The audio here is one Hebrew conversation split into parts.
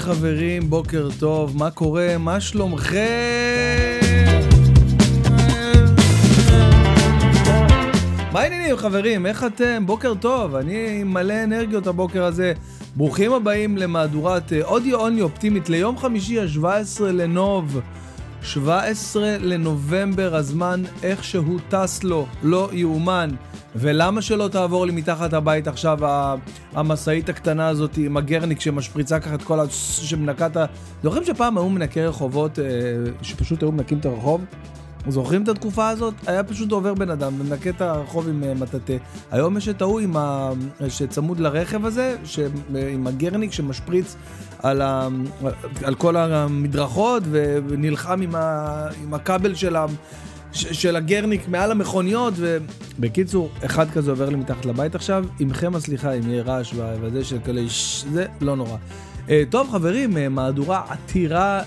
חברים, בוקר טוב, מה קורה? מה שלומכם? מה העניינים חברים? איך אתם? בוקר טוב, אני מלא אנרגיות הבוקר הזה. ברוכים הבאים למהדורת אודיו אוני אופטימית ליום חמישי ה-17 לנוב. 17 לנובמבר, הזמן איכשהו טס לו, לא יאומן. ולמה שלא תעבור לי מתחת הבית עכשיו המסעית הקטנה הזאת עם הגרניק שמשפריצה ככה את כל שמנקת זוכרים שפעם היו מנקי רחובות שפשוט היו מנקים את הרחוב? זוכרים את התקופה הזאת? היה פשוט עובר בן אדם ומנקה את הרחוב עם מטאטה. היום יש את ההוא שצמוד לרכב הזה, עם הגרניק שמשפריץ על כל המדרכות ונלחם עם הכבל של הגרניק מעל המכוניות. ובקיצור, אחד כזה עובר לי מתחת לבית עכשיו, עמכם הסליחה אם יהיה רעש וזה שכאלה, זה לא נורא. טוב חברים, מהדורה עתירה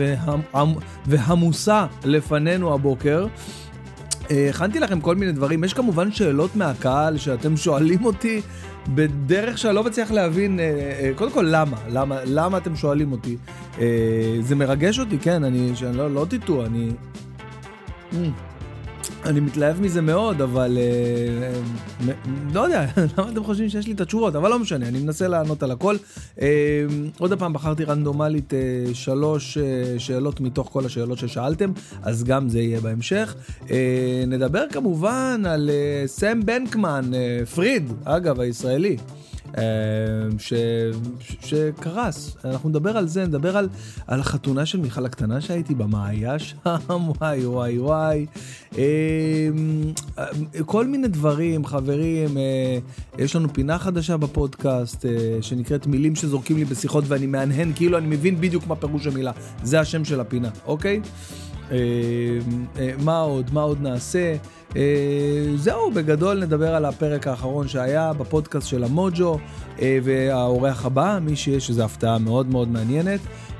והמוסה לפנינו הבוקר. הכנתי לכם כל מיני דברים, יש כמובן שאלות מהקהל שאתם שואלים אותי בדרך שאני לא מצליח להבין. קודם כל למה אתם שואלים אותי? זה מרגש אותי, כן, שאני לא תיתו, אני מתלהב מזה מאוד, אבל לא יודע, למה אתם חושבים שיש לי את התשובות? אבל לא משנה, אני מנסה לענות על הכל. עוד פעם בחרתי רנדומלית 3 שאלות מתוך כל השאלות ששאלתם, אז גם זה יהיה בהמשך. נדבר כמובן על סם בנקמן, פריד, אגב, הישראלי. שקרס. אנחנו נדבר על זה, נדבר על החתונה של מיכל הקטנה שהייתי במאיה שם, וואי. כל מיני דברים, חברים. יש לנו פינה חדשה בפודקאסט שנקראת מילים שזורקים לי בשיחות ואני מהנהן כאילו אני מבין בדיוק מה פירוש המילה. זה השם של הפינה, אוקיי? מה עוד נעשה? זהו, בגדול נדבר על הפרק האחרון שהיה בפודקאסט של המוג'ו, והאורח הבא, מי שיש, שזו הפתעה מאוד מאוד מעניינת.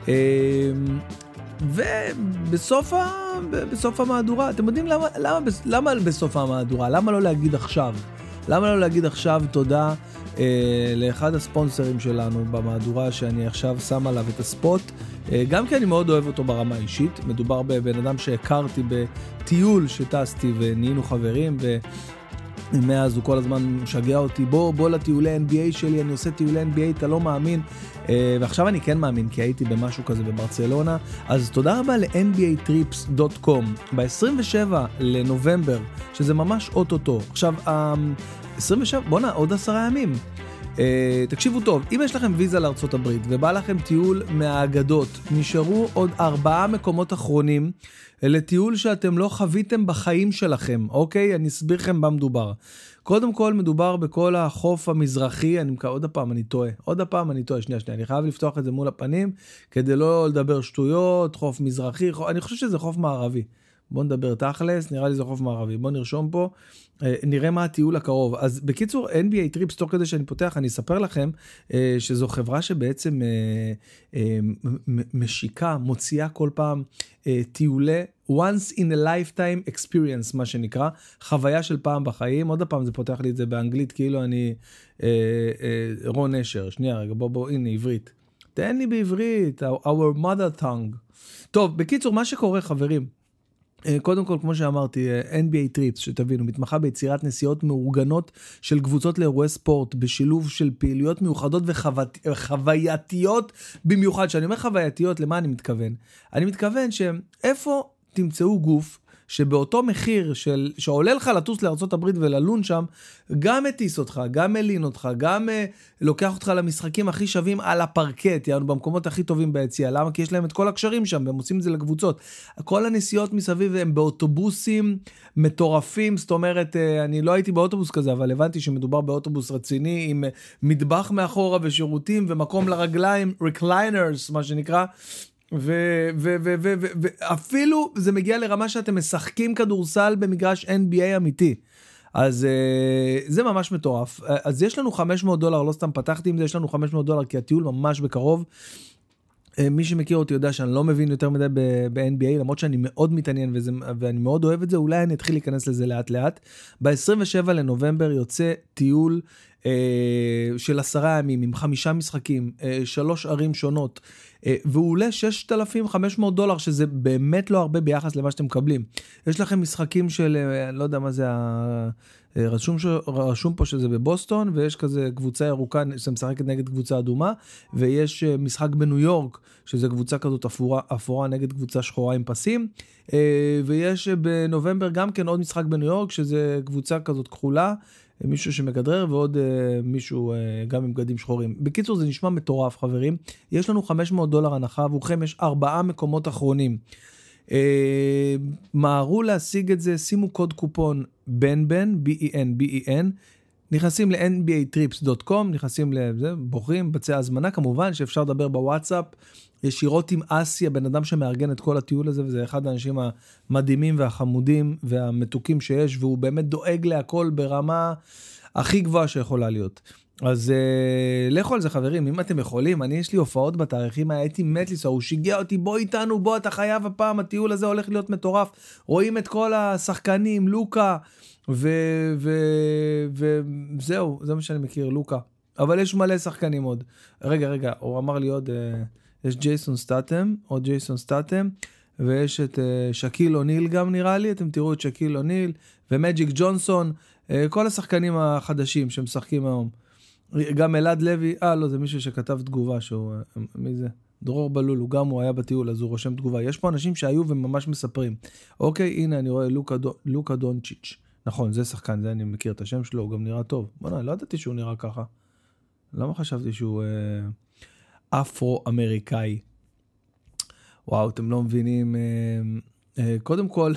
ובסוף המהדורה, אתם יודעים למה בסוף המהדורה? למה לא להגיד עכשיו? למה לא להגיד עכשיו תודה לאחד הספונסרים שלנו במהדורה שאני עכשיו שם עליו את הספוט, גם כי אני מאוד אוהב אותו ברמה האישית. מדובר בבן אדם שהכרתי בטיול שטסתי ונהיינו חברים, ומאז הוא כל הזמן משגע אותי, בוא לטיולי NBA שלי, אני עושה טיולי NBA, אתה לא מאמין. ועכשיו אני כן מאמין, כי הייתי במשהו כזה בברצלונה. אז תודה רבה ל-NBAtrips.com ב-27 לנובמבר, שזה ממש אוטוטו. עכשיו, 27, בוא'נה, עוד 10 ימים. תקשיבו טוב, אם יש לכם ויזה לארצות הברית ובא לכם טיול מהאגדות, נשארו עוד 4 מקומות אחרונים לטיול שאתם לא חוויתם בחיים שלכם, אוקיי? אני אסביר לכם מה מדובר. קודם כל מדובר בכל החוף המזרחי, עוד פעם אני טועה, שנייה, אני חייב לפתוח את זה מול הפנים, כדי לא לדבר שטויות. חוף מזרחי, אני חושב שזה חוף מערבי. בוא נדבר תכלס, נראה לי זה חוף מערבי. בוא נרשום פה, נראה מה הטיול הקרוב. אז בקיצור, NBA Trips, תוך כדי שאני פותח, אני אספר לכם שזו חברה שבעצם משיקה, מוציאה כל פעם טיולי once in a lifetime experience, מה שנקרא, חוויה של פעם בחיים. עוד פעם זה פותח לי את זה באנגלית, כאילו אני רון נשר. שנייה רגע, בוא, הנה עברית. תן לי בעברית, our mother tongue. טוב, בקיצור, מה שקורה חברים, קודם כל, כמו שאמרתי, NBA Trips, שתבינו, מתמחה ביצירת נסיעות מאורגנות של קבוצות לאירועי ספורט, בשילוב של פעילויות מיוחדות וחווייתיות במיוחד. שאני אומר חווייתיות, למה אני מתכוון? אני מתכוון שאיפה תמצאו גוף שבאותו מחיר שעולה לך לטוס לארצות הברית וללון שם, גם מטיס אותך, גם מלין אותך, גם לוקח אותך למשחקים הכי שווים על הפרקט, יענו במקומות הכי טובים ביציאה. למה? כי יש להם את כל הקשרים שם, והם עושים את זה לקבוצות. כל הנסיעות מסביב הם באוטובוסים מטורפים, זאת אומרת, אני לא הייתי באוטובוס כזה, אבל הבנתי שמדובר באוטובוס רציני, עם מטבח מאחורה ושירותים, ומקום לרגליים, recliners, מה שנקרא, ואפילו זה מגיע לרמה שאתם משחקים כדורסל במגרש NBA אמיתי. אז זה ממש מטורף. אז יש לנו $500, לא סתם פתחתי עם זה, יש לנו $500 כי הטיול ממש בקרוב. מי שמכיר אותי יודע שאני לא מבין יותר מדי ב-NBA, למרות שאני מאוד מתעניין ואני מאוד אוהב את זה, אולי אני אתחיל להיכנס לזה לאט לאט. ב-27 לנובמבר יוצא טיול של 10 ימים, עם 5 משחקים, 3 ערים שונות, והוא עולה $6,500, שזה באמת לא הרבה ביחס למה שאתם מקבלים. יש לכם משחקים של, אני לא יודע מה זה, רשום פה שזה בבוסטון, ויש כזה קבוצה ירוקה שמשחקת נגד קבוצה אדומה, ויש משחק בניו יורק, שזה קבוצה כזאת אפורה נגד קבוצה שחורה עם פסים, ויש בנובמבר גם כן עוד משחק בניו יורק, שזה קבוצה כזאת כחולה, מישהו שמגדרר, ועוד מישהו גם עם בגדים שחורים. בקיצור, זה נשמע מטורף, חברים. יש לנו $500 הנחה, עבורכם יש 4 מקומות אחרונים. מהרו להשיג את זה, שימו קוד קופון בן, B-E-N, נכנסים ל-nbatrips.com, נכנסים לזה, בוחרים, בצע הזמנה, כמובן שאפשר לדבר בוואטסאפ, ישירות עם אסיה, בן אדם שמארגן את כל הטיול הזה, וזה אחד האנשים המדהימים והחמודים והמתוקים שיש, והוא באמת דואג להכל ברמה הכי גבוהה שיכולה להיות. אז לכו על זה חברים, אם אתם יכולים, יש לי הופעות בתאריכים, הייתי מת לנסוע, הוא שיגע אותי, בוא איתנו, בוא, אתה חייב הפעם, הטיול הזה הולך להיות מטורף, רואים את כל השחקנים, לוקה, וזהו, זה מה שאני מכיר, לוקה, אבל יש מלא שחקנים עוד. רגע, הוא אמר לי עוד, יש ג'ייסון סטאטם, ויש את שקיל אוניל גם נראה לי, אתם תראו את שקיל אוניל, ומג'יק ג'ונסון, כל השחקנים החדשים שמשחקים היום. גם אלעד לוי, לא, זה מישהו שכתב תגובה, מי זה? דרור בלולו, גם הוא היה בטיול, אז הוא רושם תגובה. יש פה אנשים שהיו וממש מספרים. אוקיי, הנה אני רואה לוקה דונצ'יץ'. נכון, זה שחקן, זה אני מכיר את השם שלו, הוא גם נראה טוב. בוא'נה, לא ידעתי שהוא נראה ככה. למה חשבתי שהוא אפרו-אמריקאי? וואו, אתם לא מבינים. קודם כל,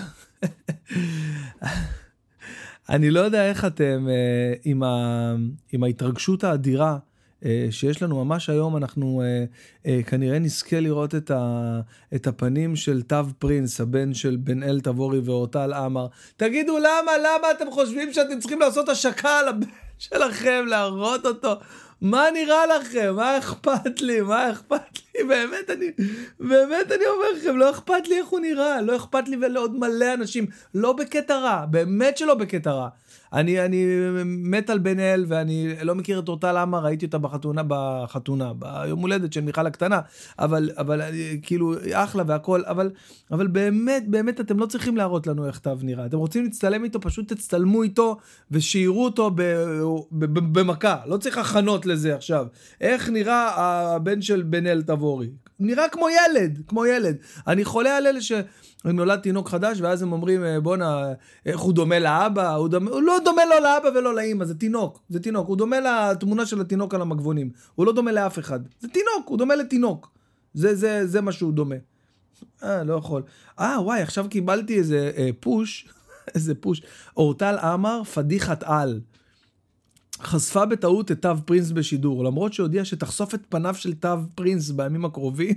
אני לא יודע איך אתם, עם ההתרגשות האדירה שיש לנו ממש היום, אנחנו כנראה נזכה לראות את הפנים של תו פרינס, הבן של בן-אל תבורי ואורטל אמר. תגידו למה אתם חושבים שאתם צריכים לעשות השקה לבן שלכם, להראות אותו? מה נראה לכם? מה אכפת לי? באמת אני אומר לכם, לא אכפת לי איך הוא נראה, לא אכפת לי ולעוד מלא אנשים, לא בקטע רע, באמת שלא בקטע רע. אני מת על בן-אל, ואני לא מכיר את אורטל אמר, ראיתי אותה בחתונה, ביום הולדת של מיכל הקטנה, אבל כאילו אחלה והכל, אבל באמת אתם לא צריכים להראות לנו איך תו נראה, אתם רוצים להצטלם איתו, פשוט תצטלמו איתו, ושירו אותו במכה, לא צריך הכנות לזה עכשיו. איך נראה הבן של בן-אל תבורי? נראה כמו ילד. אני חולה על אלה שנולד תינוק חדש, ואז הם אומרים, בונה, איך הוא דומה לאבא? הוא לא דומה לו לאבא ולא לאמא, זה תינוק. הוא דומה לתמונה של התינוק על המגבונים. הוא לא דומה לאף אחד. זה תינוק, הוא דומה לתינוק. זה מה שהוא דומה. לא יכול. וואי, עכשיו קיבלתי איזה פוש. אורטל אמר, פדיחת על. חשפה בטעות את תו פרינס בשידור, למרות שהודיע שתחשוף את פניו של תו פרינס בימים הקרובים.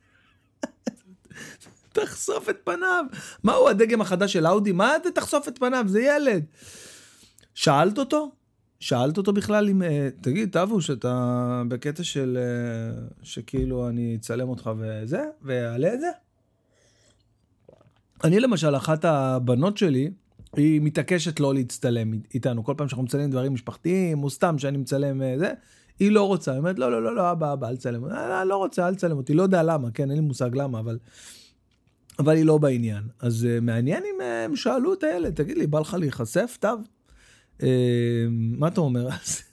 תחשוף את פניו. מה הוא הדגם החדש של אאודי? מה אתה תחשוף את פניו? זה ילד. שאלת אותו בכלל אם, תגיד, תבו, שאתה בקטע של, שכאילו אני אצלם אותך וזה, ואעלה את זה? אני למשל, אחת הבנות שלי, היא מתעקשת לא להצטלם איתנו. כל פעם שאנחנו מצלמים דברים משפחתיים, או סתם שאני מצלם זה, היא לא רוצה. היא אומרת, לא, אבא, אל תצלם. לא רוצה, אל תצלם אותי. לא יודע למה, כן, אין לי מושג למה, אבל היא לא בעניין. אז מעניין אם הם שאלו את הילד, תגיד לי, בא לך להיחשף, טוב? מה אתה אומר?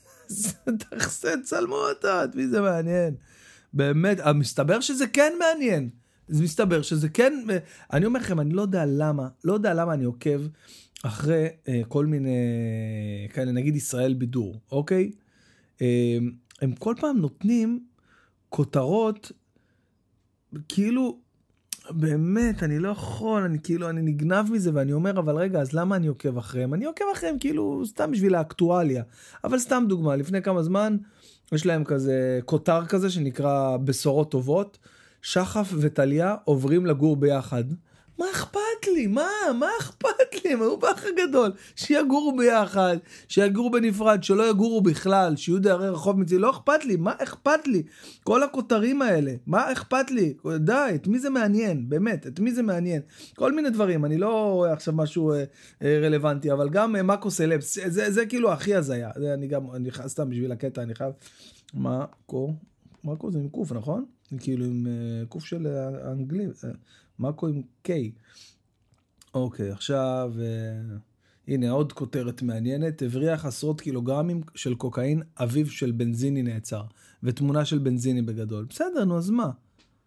תצלמו אותה, מי זה מעניין? באמת, מסתבר שזה כן מעניין. זה מסתבר שזה כן, אני אומר לכם, אני לא יודע למה אני עוקב אחרי כל מיני, כאלה, נגיד ישראל בידור, אוקיי? הם כל פעם נותנים כותרות, כאילו, באמת, אני לא יכול, אני נגנב מזה, ואני אומר, אבל רגע, אז למה אני עוקב אחריהם? אני עוקב אחריהם כאילו סתם בשביל האקטואליה, אבל סתם דוגמה, לפני כמה זמן, יש להם כזה כותר כזה שנקרא בשורות טובות, שחף וטליה עוברים לגור ביחד, מה אכפת לי? מה אכפת לי? הם היו באח הגדול. שיגורו ביחד, שיגורו בנפרד, שלא יגורו בכלל, שיהיו דיירי רחוב מצידי, לא אכפת לי, מה אכפת לי? כל הכותרים האלה, מה אכפת לי? די, את מי זה מעניין? באמת, את מי זה מעניין? כל מיני דברים, אני לא רואה עכשיו משהו רלוונטי, אבל גם מאקו סלבס, זה כאילו הכי הזיה. אני סתם בשביל הקטע, אני חייב... מאקו זה עם קוף, נכון? כאילו עם קוף של האנגלים, מאקו עם קיי. אוקיי, עכשיו, הנה עוד כותרת מעניינת, הבריח עשרות קילוגרמים של קוקאין, אביו של בנזיני נעצר, ותמונה של בנזיני בגדול. בסדר, נו, אז מה?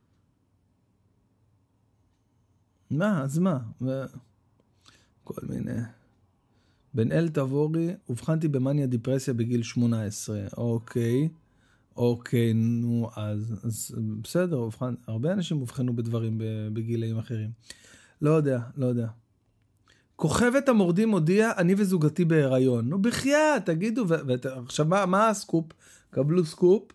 אז מה? כל מיני... בן אל תבורי, הובחנתי במניה דיפרסיה בגיל 18, אוקיי, נו, אז בסדר, הרבה אנשים הובחנו בדברים בגילאים אחרים. לא יודע. כוכבת המורדים הודיע, אני וזוגתי בהיריון. נו, בחייאת, תגידו, עכשיו מה הסקופ? קבלו סקופ.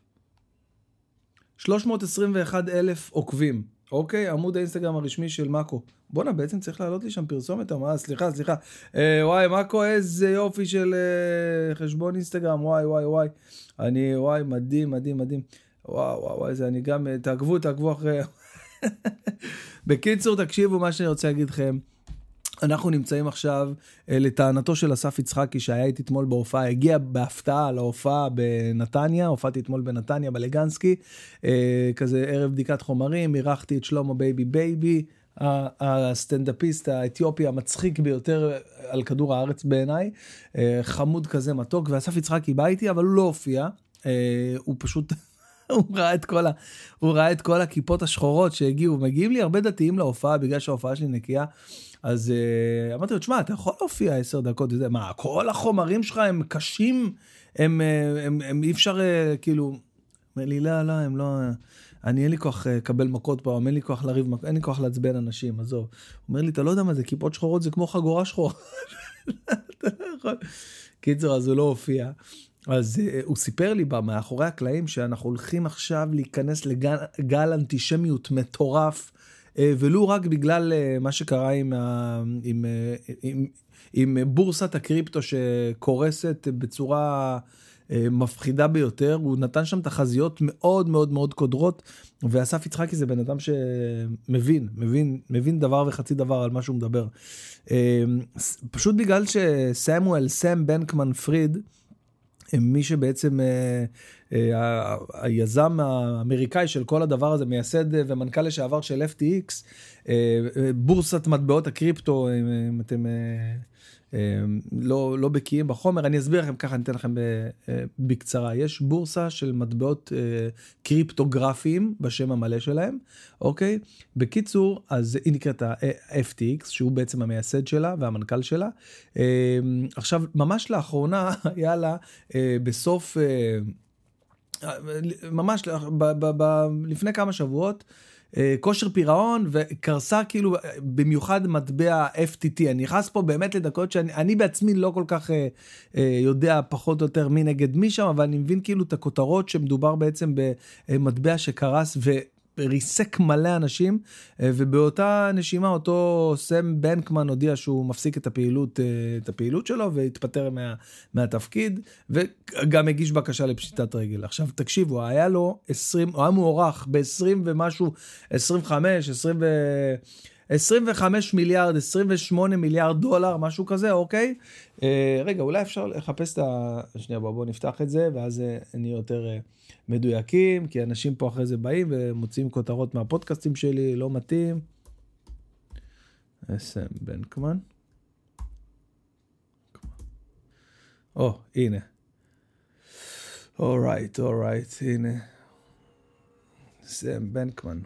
321,000 עוקבים. אוקיי, עמוד האינסטגרם הרשמי של מאקו. בוא'נה, בעצם צריך לעלות לי שם פרסומת. סליחה. וואי, מאקו, איזה יופי של חשבון אינסטגרם. וואי. וואי, מדהים. וואי, זה אני גם, תעקבו אחרי. בקיצור, תקשיבו מה שאני רוצה להגיד לכם. אנחנו נמצאים עכשיו לטענתו של אסף יצחקי שהיה איתי אתמול בהופעה, הגיע בהפתעה להופעה בנתניה, הופעתי אתמול בנתניה בלגנסקי, כזה ערב בדיקת חומרים, אירחתי את שלמה בייבי, הסטנדאפיסט האתיופי המצחיק ביותר על כדור הארץ בעיניי, חמוד כזה מתוק, ואסף יצחקי בא איתי, אבל הוא לא הופיע, הוא פשוט... הוא ראה את כל הכיפות השחורות שהגיעו, מגיעים לי הרבה דתיים להופעה, בגלל שההופעה שלי נקייה, אז אמרתי לו, תשמע, אתה יכול להופיע 10 דקות, מה, כל החומרים שלך הם קשים, הם אי אפשר, כאילו, אומר לי, לא, הם לא, אני אין לי כוח לקבל מכות פעם, אין לי כוח לריב, אין לי כוח לעצבן אנשים, עזוב. הוא אומר לי, אתה לא יודע מה זה, כיפות שחורות זה כמו חגורה שחורה. אתה לא יכול. קיצור, אז הוא לא הופיע. אז הוא סיפר לי מאחורי הקלעים שאנחנו הולכים עכשיו להיכנס לגל אנטישמיות מטורף, ולא רק בגלל מה שקרה עם בורסת הקריפטו שקורסת בצורה מפחידה ביותר. הוא נתן שם תחזיות מאוד מאוד מאוד קודרות, ואסף יצחקי זה בן אדם שמבין דבר וחצי דבר על מה שהוא מדבר. פשוט בגלל סם בנקמן פריד, מי שבעצם היזם האמריקאי של כל הדבר הזה, מייסד ומנכ"ל לשעבר של FTX, בורסת מטבעות הקריפטו, אם אתם לא בקיאים בחומר, אני אסביר לכם ככה, אני אתן לכם בקצרה. יש בורסה של מטבעות קריפטוגרפיים בשם המלא שלהם, אוקיי? בקיצור, אז היא נקראת FTX, שהוא בעצם המייסד שלה והמנכ"ל שלה. עכשיו, ממש לאחרונה היה לה בסוף, ממש לפני כמה שבועות, כושר פירעון, וקרסה כאילו במיוחד מטבע FTT. אני נכנס פה באמת לדקות שאני בעצמי לא כל כך יודע פחות או יותר מי נגד מי שם, אבל אני מבין כאילו את הכותרות שמדובר בעצם במטבע שקרס וריסק מלא אנשים, ובאותה נשימה אותו סם בנקמן הודיע שהוא מפסיק את הפעילות שלו, והתפטר מהתפקיד, וגם הגיש בקשה לפשיטת רגל. עכשיו תקשיבו, היה לו 20, הוא היה מוערך ב-20 ומשהו, 25 מיליארד, 28 מיליארד דולר, משהו כזה, אוקיי? רגע, אולי אפשר לחפש את שנייה, בואו נפתח את זה, ואז נהיה יותר מדויקים, כי אנשים פה אחרי זה באים ומוצאים כותרות מהפודקאסטים שלי, לא מתאים. סם בנקמן. הנה. alright, הנה. סם בנקמן.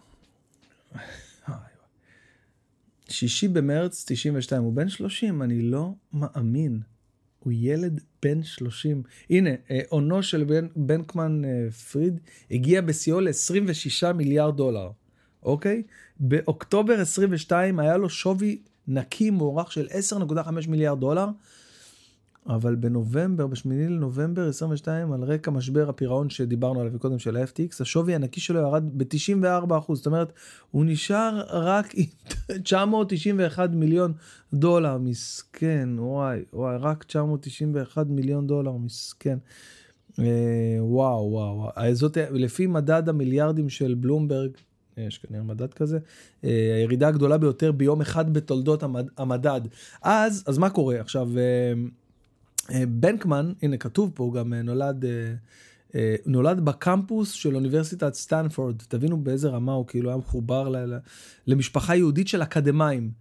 6 במרץ 92, הוא בן 30, אני לא מאמין. הוא ילד בן 30. הנה, עונו של בנקמן פריד הגיע בסיוע ל-26 מיליארד דולר. אוקיי? באוקטובר 22 היה לו שווי נקי מוערך של 10.5 מיליארד דולר. אבל בנובמבר, ב8 לנובמבר 22, על רקע משבר הפירעון שדיברנו עליו קודם של ה-FTX, השווי הנקי שלו ירד ב-94%, זאת אומרת, הוא נשאר רק עם $991 מיליון, מסכן, וואי, רק $991 מיליון, מסכן. וואו. זאת, לפי מדד המיליארדים של בלומברג, יש כנראה מדד כזה, הירידה הגדולה ביותר ביום אחד בתולדות המדד. אז מה קורה? עכשיו, בנקמן, הנה כתוב פה, הוא גם נולד בקמפוס של אוניברסיטת סטנפורד. תבינו באיזה רמה הוא כאילו היה מחובר למשפחה יהודית של אקדמיים.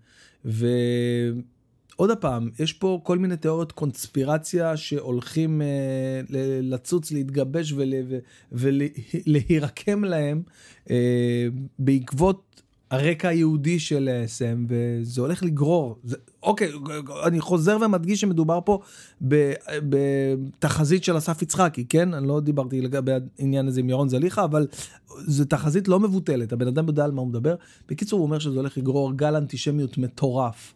ועוד הפעם, יש פה כל מיני תיאוריות קונספירציה שהולכים לצוץ, להתגבש ולהירקם להם בעקבות הרקע היהודי של SM, וזה הולך לגרור. אוקיי, אני חוזר ומדגיש שמדובר פה בתחזית של אסף יצחקי, כן? אני לא דיברתי לגבי העניין הזה עם ירון זליחה, אבל זו תחזית לא מבוטלת. הבן אדם יודע על מה הוא מדבר. בקיצור, הוא אומר שזה הולך לגרור גל אנטישמיות מטורף.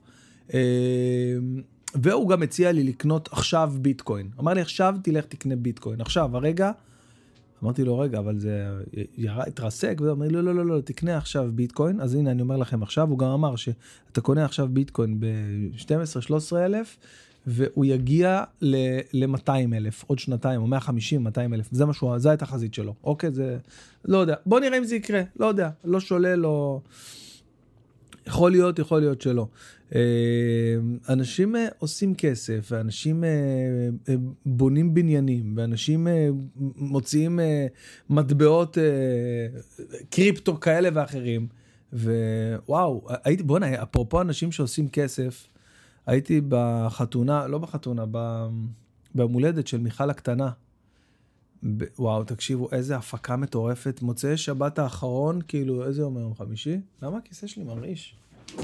והוא גם הציע לי לקנות עכשיו ביטקוין. אמר לי, עכשיו תלך תקנה ביטקוין. עכשיו, הרגע, אמרתי לו, רגע, אבל זה התרסק, והוא אמר לי, לא, תקנה עכשיו ביטקוין. אז הנה, אני אומר לכם עכשיו, הוא גם אמר שאתה קונה עכשיו ביטקוין ב-12-13 אלף, והוא יגיע ל-200,000, עוד שנתיים, או 150,000-200,000, זה משהו, זה התחזית שלו. אוקיי, זה, לא יודע. בוא נראה אם זה יקרה, לא יודע. לא שולל, לא... יכול להיות שלא. אנשים עושים כסף, ואנשים בונים בניינים, ואנשים מוציאים מטבעות קריפטו כאלה ואחרים, ווואו, בוא'נה, אפרופו אנשים שעושים כסף, הייתי בחתונה, לא בחתונה, במולדת של מיכל הקטנה, וואו, תקשיבו, איזה הפקה מטורפת. מוצאי שבת האחרון, כאילו, איזה יום היום חמישי? למה הכיסא שלי מרעיש?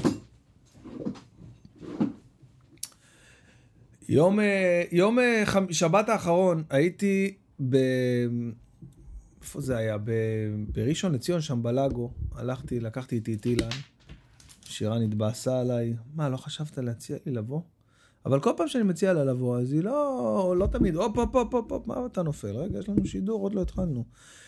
שבת האחרון הייתי איפה זה היה? בראשון לציון, שם בלגו. לקחתי איתי את אילן. שירן התבאסה עליי. מה, לא חשבת להציע לי לבוא? אבל כל פעם שאני מציע לה לבוא, אז היא לא תמיד, אופ, מה אתה נופל? רגע, יש לנו שידור, עוד לא התחלנו.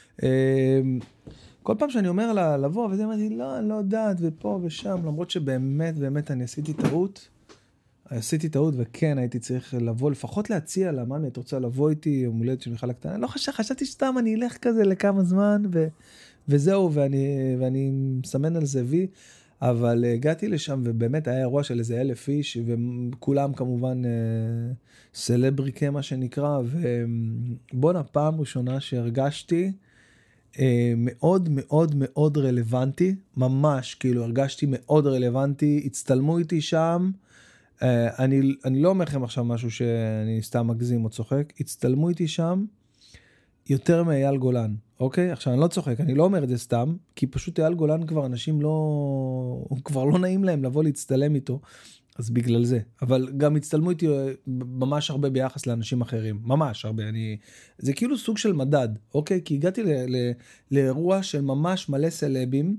כל פעם שאני אומר לה לבוא, וזה אמרתי, לא, אני לא יודעת, ופה ושם, למרות שבאמת אני עשיתי טעות, וכן, הייתי צריך לבוא, לפחות להציע לה, מאמי, את רוצה לבוא איתי, מולדת של מיכל הקטנה? לא חשבתי סתם, אני אלך כזה לכמה זמן, וזהו, ואני מסמן על זה וי, אבל הגעתי לשם, ובאמת היה אירוע של איזה 1,000 איש, וכולם כמובן סלבריקה, מה שנקרא, ובונה, פעם ראשונה שהרגשתי מאוד מאוד מאוד רלוונטי, ממש, כאילו הרגשתי מאוד רלוונטי, הצטלמו איתי שם, אני לא אומר לכם עכשיו משהו שאני סתם מגזים או צוחק, הצטלמו איתי שם יותר מאייל גולן, אוקיי? עכשיו אני לא צוחק, אני לא אומר את זה סתם, כי פשוט אייל גולן כבר אנשים כבר לא נעים להם לבוא להצטלם איתו, אז בגלל זה. אבל גם הצטלמו איתי ממש הרבה ביחס לאנשים אחרים, ממש הרבה. זה כאילו סוג של מדד, אוקיי? כי הגעתי לאירוע של ממש מלא סלבים,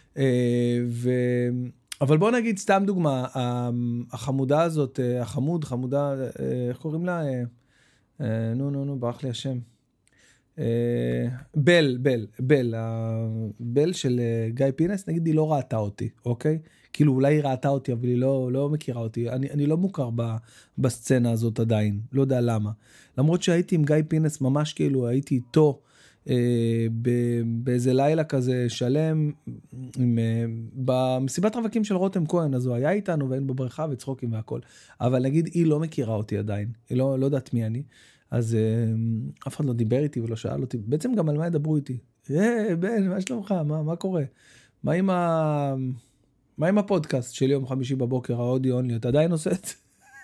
אבל בוא נגיד סתם דוגמה, החמודה הזאת, חמודה, איך קוראים לה? נו, ברח לי השם. בל של גיא פינס, נגיד היא לא ראתה אותי, אוקיי? כאילו אולי היא ראתה אותי, אבל היא לא מכירה אותי. אני לא מוכר בסצנה הזאת עדיין, לא יודע למה. למרות שהייתי עם גיא פינס, ממש כאילו הייתי איתו, באיזה לילה כזה שלם, במסיבת רווקים של רותם כהן, אז הוא היה איתנו, והיינו בבריכה וצחוקים והכל. אבל נגיד, היא לא מכירה אותי עדיין, היא לא יודעת מי אני, אז אף אחד לא דיבר איתי ולא שאל אותי, בעצם גם על מה ידברו איתי. בן, מה שלומך? מה קורה? מה עם הפודקאסט של יום חמישי בבוקר, האודיו אונלי, אתה עדיין עושה את זה?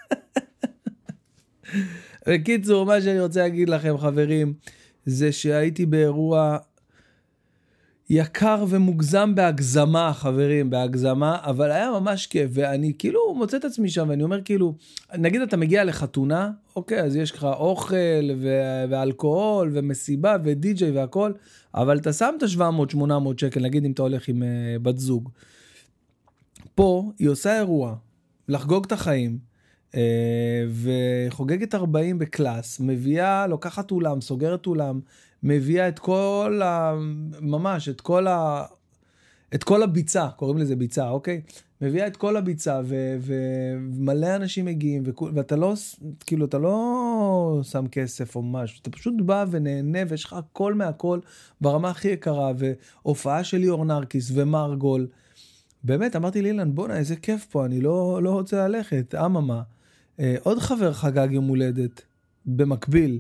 בקיצור, מה שאני רוצה להגיד לכם, חברים, זה שהייתי באירוע יקר ומוגזם בהגזמה, חברים, בהגזמה, אבל היה ממש כיף, ואני כאילו מוצא את עצמי שם, ואני אומר כאילו, נגיד אתה מגיע לחתונה, אוקיי, אז יש לך אוכל ואלכוהול ומסיבה ודי-ג'יי והכל, אבל אתה שם את 700-800 שקל, נגיד אם אתה הולך עם בת זוג. פה היא עושה אירוע, לחגוג את החיים, וחוגגת 40 בקלאס, מביאה, לוקחת אולם, סוגרת אולם, מביאה את כל ממש, את כל הביצה, קוראים לזה ביצה, אוקיי? מביאה את כל הביצה, ומלא אנשים מגיעים, ואתה לא, כאילו, אתה לא שם כסף או משהו, אתה פשוט בא ונהנה, ויש לך הכל מהכל, ברמה הכי יקרה, והופעה של ליאור נרקיס ומרגול. באמת, אמרתי לאילן, בונה, איזה כיף פה, אני לא רוצה ללכת, אממה. עוד חבר חגג יום הולדת, במקביל,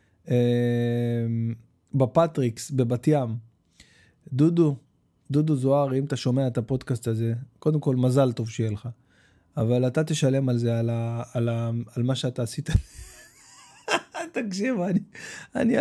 בפטריקס, בבת ים. דודו זוהר, אם אתה שומע את הפודקאסט הזה, קודם כל מזל טוב שיהיה לך. אבל אתה תשלם על זה, על מה שאתה עשית. תקשיב, אני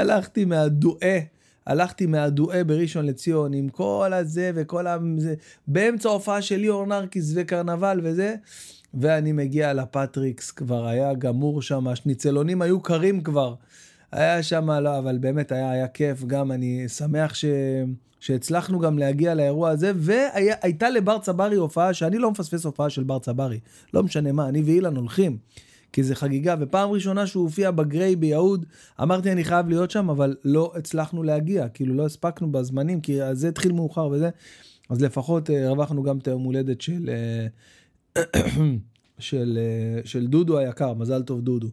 הלכתי מהדועה בראשון לציון, עם כל הזה וכל זה, באמצע הופעה של ליאור נרקיס וקרנבל וזה, ואני מגיע לפטריקס, כבר היה גמור שם, השניצלונים היו קרים כבר, היה שם, לא, אבל באמת היה כיף, גם אני שמח שהצלחנו גם להגיע לאירוע הזה, והייתה לבר צברי הופעה, שאני לא מפספס הופעה של בר צברי, לא משנה מה, אני ואילן הולכים, כי זה חגיגה, ופעם ראשונה שהוא הופיע בגריי ביהוד, אמרתי אני חייב להיות שם, אבל לא הצלחנו להגיע, כאילו לא הספקנו בזמנים, כי זה התחיל מאוחר וזה, אז לפחות הרווחנו גם את היום הולדת של דודו היקר, מזל טוב דודו.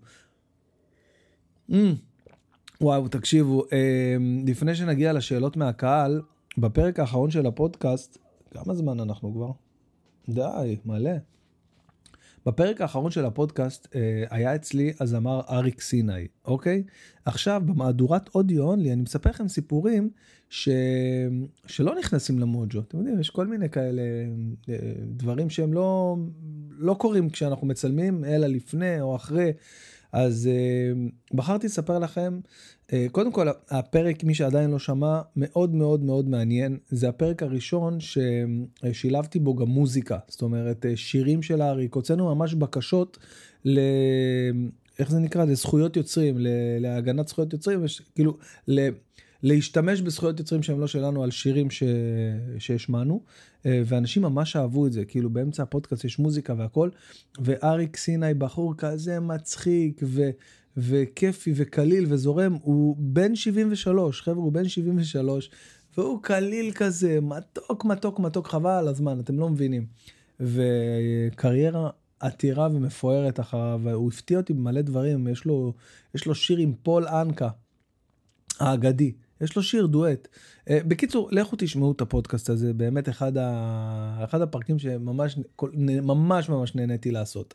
וואו, תקשיבו, לפני שנגיע לשאלות מהקהל, בפרק האחרון של הפודקאסט, כמה זמן אנחנו כבר? די, מלא. בפרק האחרון של הפודקאסט היה אצלי הזמר אריק סיני, אוקיי? עכשיו, במהדורת אודיו אונלי, אני מספר לכם סיפורים שלא נכנסים למוג'ו. אתם יודעים, יש כל מיני כאלה דברים שהם לא קורים כשאנחנו מצלמים, אלא לפני או אחרי. אז בחרתי לספר לכם, קודם כל הפרק, מי שעדיין לא שמע, מאוד מאוד מאוד מעניין. זה הפרק הראשון ששילבתי בו גם מוזיקה, זאת אומרת שירים של אריק, הוצאנו ממש בקשות איך זה נקרא? לזכויות יוצרים, להגנת זכויות יוצרים, כאילו להשתמש בזכויות יוצרים שהם לא שלנו על שירים שהשמענו, ואנשים ממש אהבו את זה, כאילו באמצע הפודקאסט יש מוזיקה והכל, ואריק סיני בחור כזה מצחיק וכיפי וקליל וזורם, הוא בן 73, חבר'ה, הוא בן 73, והוא קליל כזה, מתוק, מתוק, מתוק, חבל על הזמן, אתם לא מבינים. וקריירה עתירה ומפוארת אחריו, והוא הפתיע אותי במלא דברים, יש לו שיר עם פול אנקה, האגדי, יש לו שיר דואט. בקיצור, לכו תשמעו את הפודקאסט הזה, באמת אחד הפרקים שממש ממש ממש נהניתי לעשות.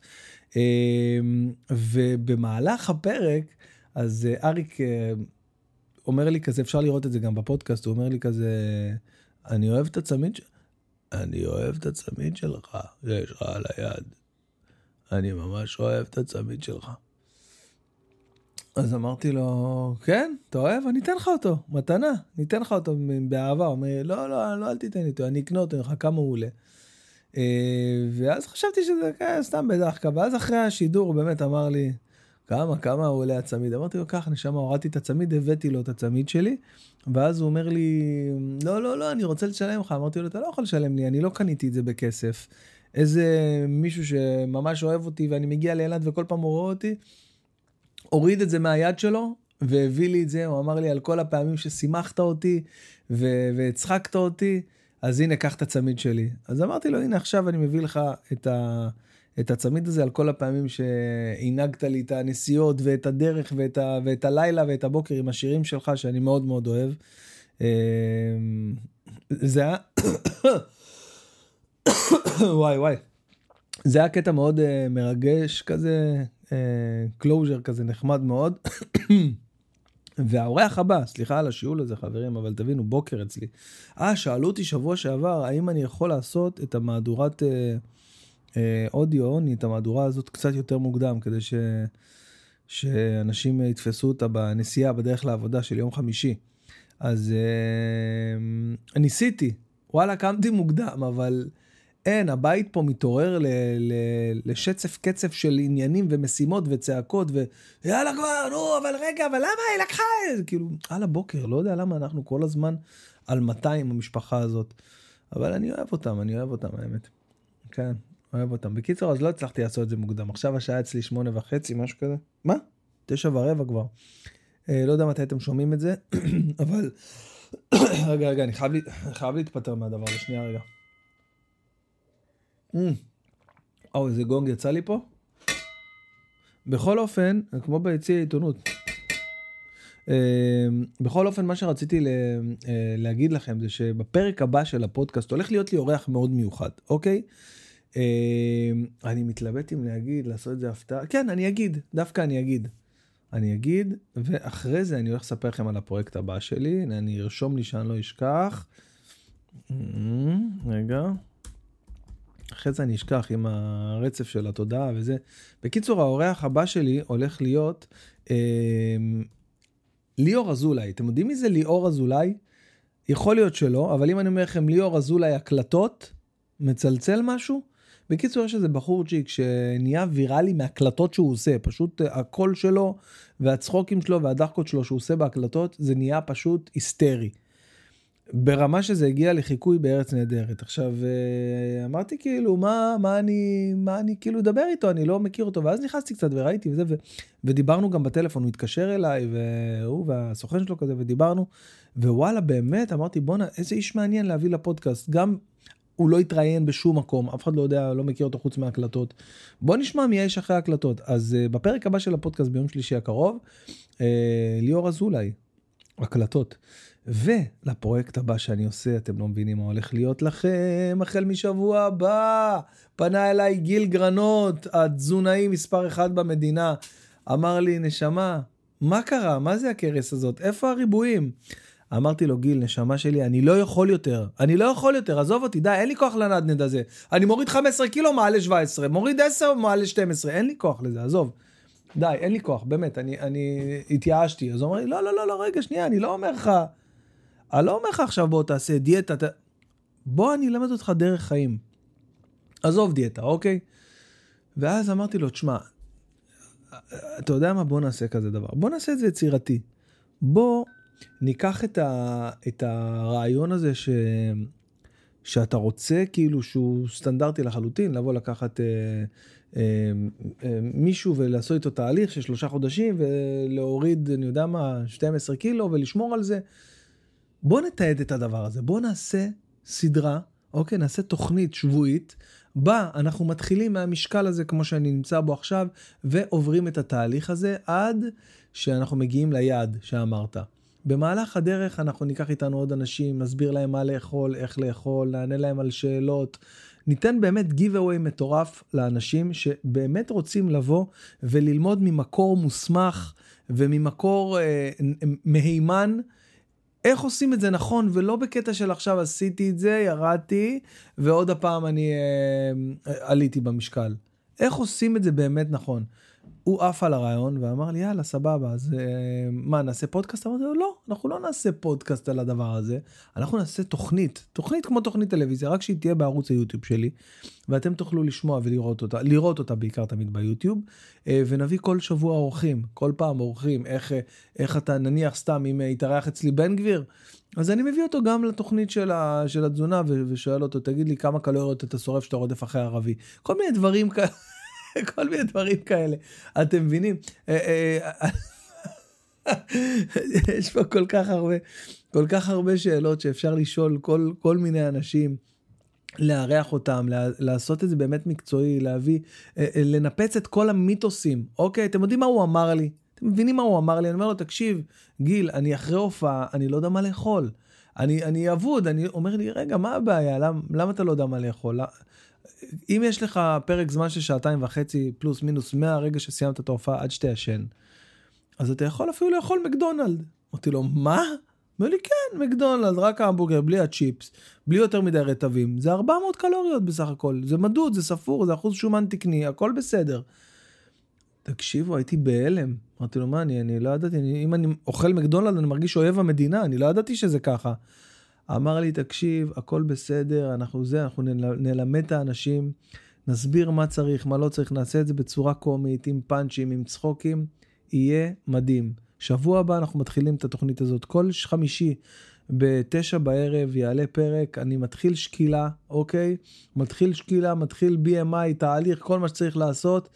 ובמהלך הפרק, אז אריק אומר לי כזה, אפשר לראות את זה גם בפודקאסט, הוא אומר לי כזה, אני אוהב את הצמיד שלך, יש לך על היד. אני ממש אוהב את הצמיד שלך. אז אמרתי לו, כן, אתה אוהב? אני אתן לך אותו, מתנה, אני אתן לך אותו באהבה. הוא אומר, לא, אל תיתן לי אותו, אני אקנה אותו, כמה הוא עולה. ואז חשבתי שזה סתם בדחקה, ואז אחרי השידור הוא באמת אמר לי, כמה הוא עולה הצמיד? אמרתי לו, ככה, נשמה, הורדתי את הצמיד, הבאתי לו את הצמיד שלי, ואז הוא אומר לי, לא, אני רוצה לשלם לך. אמרתי לו, אתה לא יכול לשלם לי, אני לא קניתי את זה בכסף. איזה מישהו שממש אוהב אותי, ואני מגיע לאילת וכל פעם הוא רואה אותי, הוריד את זה מהיד שלו, והביא לי את זה, הוא אמר לי על כל הפעמים ששימחת אותי, והצחקת אותי, אז הנה, קח את הצמיד שלי. אז אמרתי לו, הנה, עכשיו אני מביא לך את הצמיד הזה, על כל הפעמים שהנהגת לי את הנסיעות, ואת הדרך, ואת הלילה, ואת הבוקר, עם השירים שלך, שאני מאוד מאוד אוהב. זה היה... וואי. זה היה קטע מאוד מרגש כזה, קלוז'ר כזה נחמד מאוד. והאורח הבא, סליחה על השיעול הזה חברים, אבל תבינו, בוקר אצלי. שאלו אותי שבוע שעבר, האם אני יכול לעשות את המהדורת אודיו, את המהדורה הזאת קצת יותר מוקדם, כדי שאנשים יתפסו אותה בנסיעה, בדרך לעבודה של יום חמישי. אז ניסיתי, וואלה, קמתי מוקדם, אבל... אין, הבית פה מתעורר לשצף קצף של עניינים ומשימות וצעקות ויאללה כבר, נו, אבל רגע, אבל למה היא לקחה את זה? כאילו, על הבוקר, לא יודע למה אנחנו כל הזמן על 200 המשפחה הזאת. אבל אני אוהב אותם, האמת. כן, אוהב אותם. בקיצור, אז לא הצלחתי לעשות את זה מוקדם. עכשיו השעה אצלי 8:30, משהו כזה. מה? 9:15 כבר. לא יודע מתי אתם שומעים את זה, אבל... רגע, אני חייב להתפטר מהדבר הזה, שנייה רגע. איזה גונג יצא לי פה. בכל אופן, כמו ביציע העיתונות, בכל אופן, מה שרציתי להגיד לכם זה שבפרק הבא של הפודקאסט הולך להיות לי אורח מאוד מיוחד, אוקיי? אני מתלבט אם להגיד, לעשות את זה הפתעה. כן, אני אגיד, דווקא אני אגיד, ואחרי זה אני הולך לספר לכם על הפרויקט הבא שלי, אני ארשום לי שאני לא אשכח. רגע. אחרי זה אני אשכח עם הרצף של התודעה וזה. בקיצור, האורח הבא שלי הולך להיות ליאור אזולאי. אתם יודעים מי זה ליאור אזולאי? יכול להיות שלא, אבל אם אני אומר לכם ליאור אזולאי הקלטות, מצלצל משהו? בקיצור, יש איזה בחורצ'יק שנהיה ויראלי מהקלטות שהוא עושה. פשוט הקול שלו והצחוקים שלו והדחקות שלו שהוא עושה בהקלטות, זה נהיה פשוט היסטרי. ברמה שזה הגיע לחיקוי בארץ נהדרת. עכשיו, אמרתי כאילו, מה אני כאילו אדבר איתו, אני לא מכיר אותו, ואז נכנסתי קצת וראיתי וזה, ודיברנו גם בטלפון, הוא התקשר אליי, והוא והסוכן שלו כזה, ודיברנו, ווואלה, באמת, אמרתי, בונה, איזה איש מעניין להביא לפודקאסט, גם הוא לא התראיין בשום מקום, אף אחד לא יודע, לא מכיר אותו חוץ מהקלטות. בוא נשמע מי יש אחרי הקלטות. אז בפרק הבא של הפודקאסט ביום שלישי הקרוב, ליאור אזולאי, הקלטות. ולפרויקט הבא שאני עושה, אתם לא מבינים מה הולך להיות לכם, החל משבוע הבא, פנה אליי גיל גרנות, התזונאי מספר 1 במדינה, אמר לי, נשמה, מה קרה? מה זה הקרס הזאת? איפה הריבועים? אמרתי לו, גיל, נשמה שלי, אני לא יכול יותר, עזוב אותי, די, אין לי כוח לנדנד הזה, אני מוריד 15 קילו, מעלה 17, מוריד 10, מעלה 12, אין לי כוח לזה, עזוב. די, אין לי כוח, באמת, אני התייאשתי. אז הוא אומר לי, לא, רגע, שנייה, אני לא אומר לך עכשיו בוא תעשה דיאטה, בוא אני אלמד אותך דרך חיים. עזוב דיאטה, אוקיי? ואז אמרתי לו, תשמע, אתה יודע מה, בוא נעשה כזה דבר. בוא נעשה את זה יצירתי. בוא ניקח את הרעיון הזה שאתה רוצה, כאילו שהוא סטנדרטי לחלוטין, לבוא לקחת מישהו ולעשות איתו תהליך של 3 חודשים ולהוריד, אני יודע מה, 12 קילו ולשמור על זה. בוא נתעד את הדבר הזה, בוא נעשה סדרה, אוקיי, נעשה תוכנית שבועית, בה אנחנו מתחילים מהמשקל הזה כמו שאני נמצא בו עכשיו, ועוברים את התהליך הזה עד שאנחנו מגיעים ליעד שאמרת. במהלך הדרך אנחנו ניקח איתנו עוד אנשים, נסביר להם מה לאכול, איך לאכול, נענה להם על שאלות, ניתן באמת giveaway מטורף לאנשים שבאמת רוצים לבוא וללמוד ממקור מוסמך וממקור מהימן, איך עושים את זה נכון, ולא בקטע של עכשיו עשיתי את זה, ירדתי, ועוד הפעם אני עליתי במשקל. איך עושים את זה באמת נכון? הוא עף על הרעיון ואמר לי, יאללה, סבבה, אז מה, נעשה פודקאסט? אמרתי לו, לא, אנחנו לא נעשה פודקאסט על הדבר הזה, אנחנו נעשה תוכנית כמו תוכנית טלוויזיה, רק שהיא תהיה בערוץ היוטיוב שלי, ואתם תוכלו לשמוע לראות אותה בעיקר תמיד ביוטיוב, ונביא כל שבוע אורחים, כל פעם אורחים, איך אתה נניח סתם, אם יתארח אצלי בן גביר, אז אני מביא אותו גם לתוכנית של התזונה, ושואל אותו, תגיד לי כמה קלוריות אתה שורף שאתה רודף אחרי ערבי, כל מיני דברים כאלה. כל מיני דברים כאלה, אתם מבינים? יש פה כל כך הרבה שאלות שאפשר לשאול כל מיני אנשים, לארח אותם, לעשות את זה באמת מקצועי, להביא, לנפץ את כל המיתוסים. אוקיי, אתם יודעים מה הוא אמר לי? אתם מבינים מה הוא אמר לי? אני אומר לו, תקשיב, גיל, אני אחרי הופעה, אני לא יודע מה לאכול. אני אבוד, אני אומר לי, רגע, מה הבעיה? למה אתה לא יודע מה לאכול? אם יש לך פרק זמן של 2.5 פלוס מינוס מהרגע שסיימת את ההופעה עד שאתה ישן, אז אתה יכול אפילו לאכול מקדונלד. אמרתי לו, מה? אמר לי, כן, מקדונלד, רק ההמבורגר, בלי הצ'יפס, בלי יותר מדי רטבים. זה 400 קלוריות בסך הכל. זה מדוד, זה ספור, זה אחוז שומן תקני, הכל בסדר. תקשיבו, הייתי בהלם. אמרתי לו, מה, אני לא ידעתי, אם אני אוכל מקדונלד, אני מרגיש אוהב המדינה, אני לא ידעתי שזה ככה. אמר לי, תקשיב, הכל בסדר, אנחנו נלמד את האנשים, נסביר מה צריך, מה לא צריך, נעשה את זה בצורה קומית, עם פאנצ'ים, עם צחוקים, יהיה מדהים. שבוע הבא אנחנו מתחילים את התוכנית הזאת, כל חמישי ב-9 בערב יעלה פרק, אני מתחיל שקילה, אוקיי? מתחיל שקילה, מתחיל BMI, תהליך, כל מה שצריך לעשות,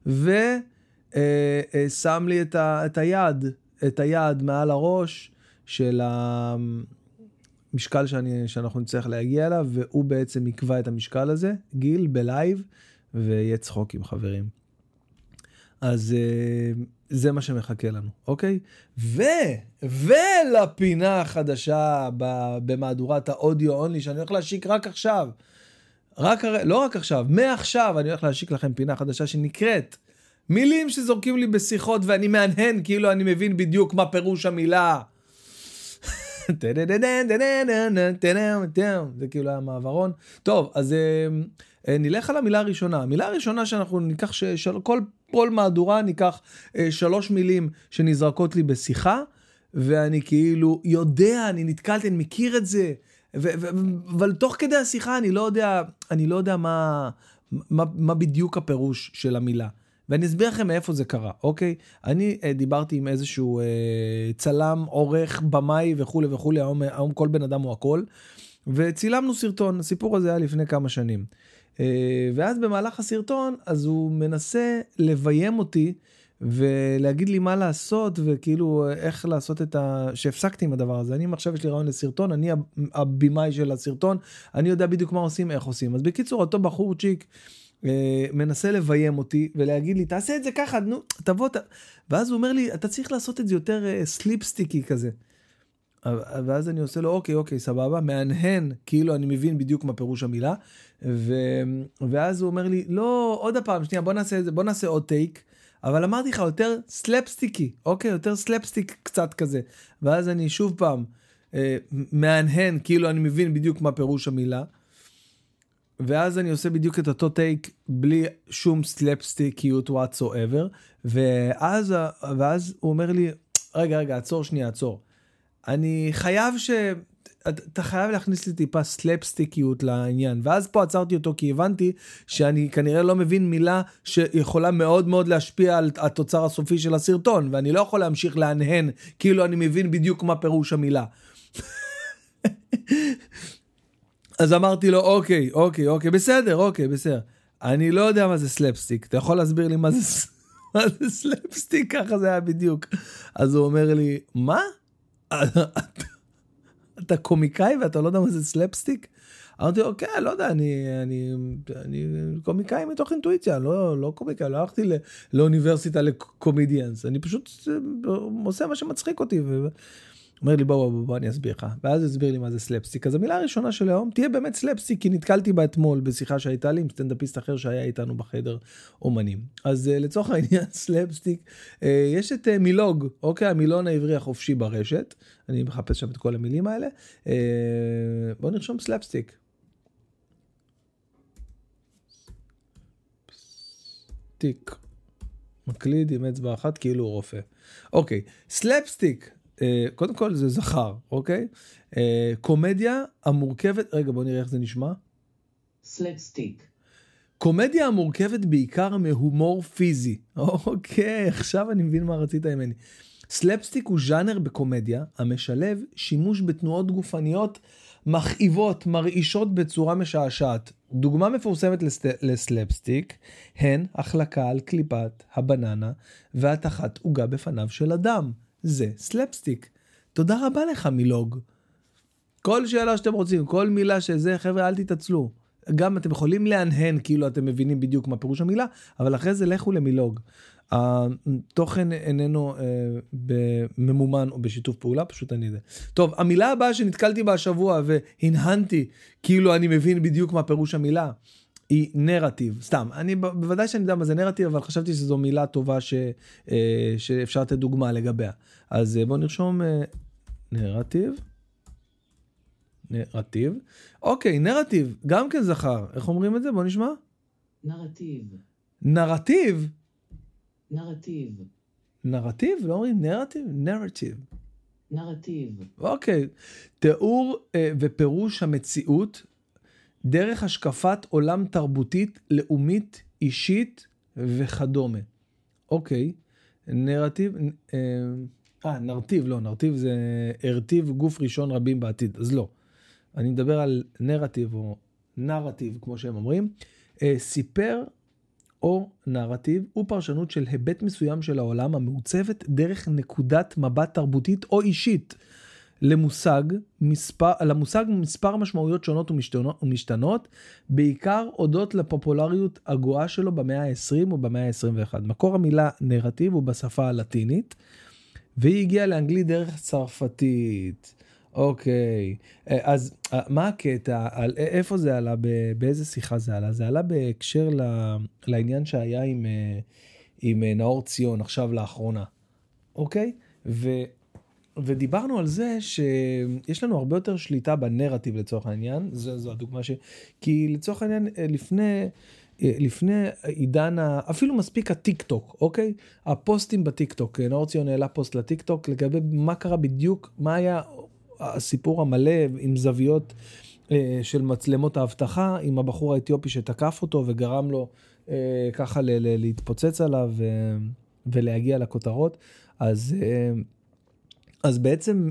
ושם לי את היד מעל הראש של המשקל שאנחנו נצטרך להגיע אליו, והוא בעצם יקבע את המשקל הזה, גיל, בלייב, ויהיה צחוק עם חברים. אז זה מה שמחכה לנו, אוקיי? ולפינה החדשה במהדורת האודיו אונלי, שאני הולך להשיק רק עכשיו, לא רק עכשיו, מעכשיו אני הולך להשיק לכם פינה חדשה שנקראת מילים שזורקים לי בשיחות ואני מהנהן כאילו אני מבין בדיוק מה פירוש המילה. זה כאילו היה מעברון. טוב, אז נלך על המילה הראשונה. המילה הראשונה שאנחנו ניקח, כל מהדורה ניקח 3 מילים שנזרקות לי בשיחה, ואני כאילו יודע, אני נתקלתי, אני מכיר את זה, אבל תוך כדי השיחה אני לא יודע מה בדיוק הפירוש של המילה. ואני אסביר לכם מאיפה זה קרה, אוקיי? אני דיברתי עם איזשהו צלם, עורך, במאי וכו' וכו', היום כל בן אדם הוא הכל, וצילמנו סרטון, הסיפור הזה היה לפני כמה שנים. ואז במהלך הסרטון, אז הוא מנסה לביים אותי, ולהגיד לי מה לעשות, וכאילו איך לעשות שהפסקתי עם הדבר הזה. אני עכשיו יש לי רעיון לסרטון, אני הבימאי של הסרטון, אני יודע בדיוק מה עושים, איך עושים. אז בקיצור, אותו בחורצ'יק, מנסה לביים אותי ולהגיד לי, תעשה את זה ככה, נו, תבוא, ואז הוא אומר לי, אתה צריך לעשות את זה יותר סליפסטיקי כזה. ואז אני עושה לו, אוקיי, סבבה, מהנהן, כאילו אני מבין בדיוק מה פירוש המילה, ואז הוא אומר לי, לא, עוד הפעם, שנייה, בוא נעשה עוד טייק, אבל אמרתי לך, יותר סלפסטיקי, אוקיי, יותר סלפסטיק קצת כזה, ואז אני שוב פעם, מהנהן, כאילו אני מבין בדיוק מה פירוש המילה, ואז אני עושה בדיוק את אותו טייק, בלי שום סלפסטיקיות whatsoever, ואז הוא אומר לי, רגע, עצור. אני חייב אתה חייב להכניס לי טיפה סלפסטיקיות לעניין, ואז פה עצרתי אותו כי הבנתי שאני כנראה לא מבין מילה שיכולה מאוד מאוד להשפיע על התוצר הסופי של הסרטון, ואני לא יכול להמשיך להנהן כאילו אני מבין בדיוק מה פירוש המילה. אז אמרתי לו, אוקיי, בסדר. אני לא יודע מה זה סלפסטיק, אתה יכול להסביר לי מה זה סלפסטיק? ככה זה היה בדיוק. אז הוא אומר לי, מה? אתה קומיקאי ואתה לא יודע מה זה סלפסטיק? אמרתי, אוקיי, לא יודע, אני קומיקאי מתוך אינטואיציה, לא קומיקאי, לא הלכתי לאוניברסיטה לקומדיאנס, אני פשוט עושה מה שמצחיק אותי, אומר לי, בוא, אני אסביר לך. ואז הסביר לי מה זה סלפסטיק. אז המילה הראשונה של היום תהיה באמת סלפסטיק, כי נתקלתי בה אתמול בשיחה שהייתה לי עם סטנדאפיסט אחר שהיה איתנו בחדר אומנים. אז לצורך העניין סלפסטיק, יש את מילוג, אוקיי, המילון העברי החופשי ברשת. אני מחפש שם את כל המילים האלה. בוא נרשום סלפסטיק. סטיק. מקליד עם אצבע אחת כאילו הוא רופא. אוקיי, סלפסטיק. קודם כל זה זכר, אוקיי? קומדיה המורכבת, רגע בוא נראה איך זה נשמע. סלפסטיק. קומדיה המורכבת בעיקר מהומור פיזי. אוקיי, עכשיו אני מבין מה רצית ממני. סלפסטיק הוא ז'אנר בקומדיה המשלב שימוש בתנועות גופניות מכאיבות, מרעישות בצורה משעשעת. דוגמה מפורסמת לסלפסטיק הן החלקה על קליפת הבננה והתחת עוגה בפניו של אדם. זה סלפסטיק. תודה רבה לך מילוג. כל שאלה שאתם רוצים, כל מילה שזה, חבר'ה, אל תתעצלו. גם אתם יכולים להנהן, כאילו אתם מבינים בדיוק מה פירוש המילה, אבל אחרי זה לכו למילוג. התוכן איננו ממומן או בשיתוף פעולה, פשוט אני יודע. טוב, המילה הבאה שנתקלתי בה השבוע והנהנתי, כאילו אני מבין בדיוק מה פירוש המילה, היא נרטיב. סתם, בוודאי שאני יודע מה זה נרטיב, אבל חשבתי שזו מילה טובה שאפשר לתת דוגמה לגביה. אז בואו נרשום נרטיב. אוקיי, נרטיב, גם כן זכר. איך אומרים את זה? בואו נשמע. נרטיב? נרטיב? לא אומרים נרטיב. אוקיי, תיאור ופירוש המציאות דרך השקפת עולם תרבותית, לאומית, אישית וכדומה. אוקיי, נרטיב, נרטיב, לא, נרטיב זה הרטיב גוף ראשון רבים בעתיד, אז לא. אני מדבר על נרטיב או נרטיב, כמו שהם אומרים. סיפר או נרטיב הוא פרשנות של היבט מסוים של העולם המעוצבת דרך נקודת מבט תרבותית או אישית למושג מספר משמעויות שונות ומשתנות, בעיקר הודות לפופולריות הגואה שלו במאה ה-20 או במאה ה-21. מקור המילה נרטיב הוא בשפה הלטינית, והיא הגיעה לאנגלית דרך צרפתית. אוקיי, אז מה הקטע? איפה זה עלה? באיזה שיחה זה עלה? זה עלה בהקשר לעניין שהיה עם נאור ציון עכשיו לאחרונה. אוקיי? ודיברנו על זה שיש לנו הרבה יותר שליטה בנרטיב לצורך העניין. זו הדוגמה כי לצורך העניין לפני עידן, אפילו מספיק הטיק טוק, אוקיי? הפוסטים בטיק טוק, נאור ציון העלה פוסט לטיק טוק לגבי מה קרה בדיוק, מה היה הסיפור המלא עם זוויות של מצלמות האבטחה, עם הבחור האתיופי שתקף אותו וגרם לו ככה להתפוצץ עליו ולהגיע לכותרות. אז בעצם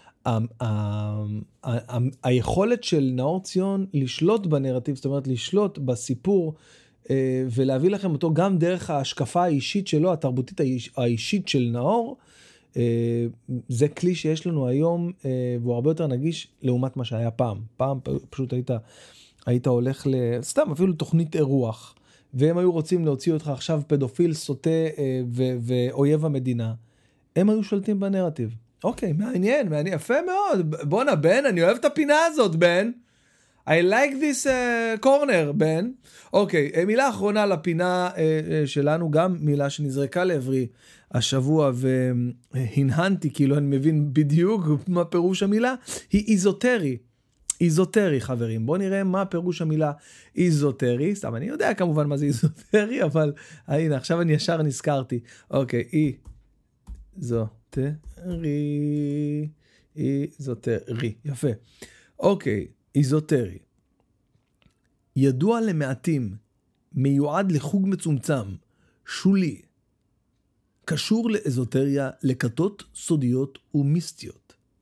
היכולת של נאור ציון לשלוט בנרטיב, זאת אומרת לשלוט בסיפור ולהביא לכם אותו גם דרך ההשקפה האישית שלו, התרבותית האישית של נאור, זה כלי שיש לנו היום, והוא הרבה יותר נגיש לעומת מה שהיה פעם. פעם פשוט היית הולך סתם אפילו תוכנית אירוח, והם היו רוצים להוציא אותך עכשיו פדופיל, סוטה ואויב המדינה. הם היו שולטים בנרטיב. אוקיי, מעניין, יפה מאוד. בונה, בן, אני אוהב את הפינה הזאת, בן. I like this corner, בן. אוקיי, מילה אחרונה לפינה שלנו, גם מילה שנזרקה לעברי השבוע, והנהנתי, כאילו אני מבין בדיוק מה פירוש המילה, היא איזוטרי. איזוטרי, חברים. בואו נראה מה פירוש המילה איזוטרי. סתם, אני יודע כמובן מה זה איזוטרי, אבל הנה, עכשיו אני ישר נזכרתי. אוקיי, איזוטרי, יפה. אוקיי, איזוטרי. ידוע למעטים, מיועד לחוג מצומצם, שולי, קשור לאזוטריה, לכתות סודיות ומיסטיות.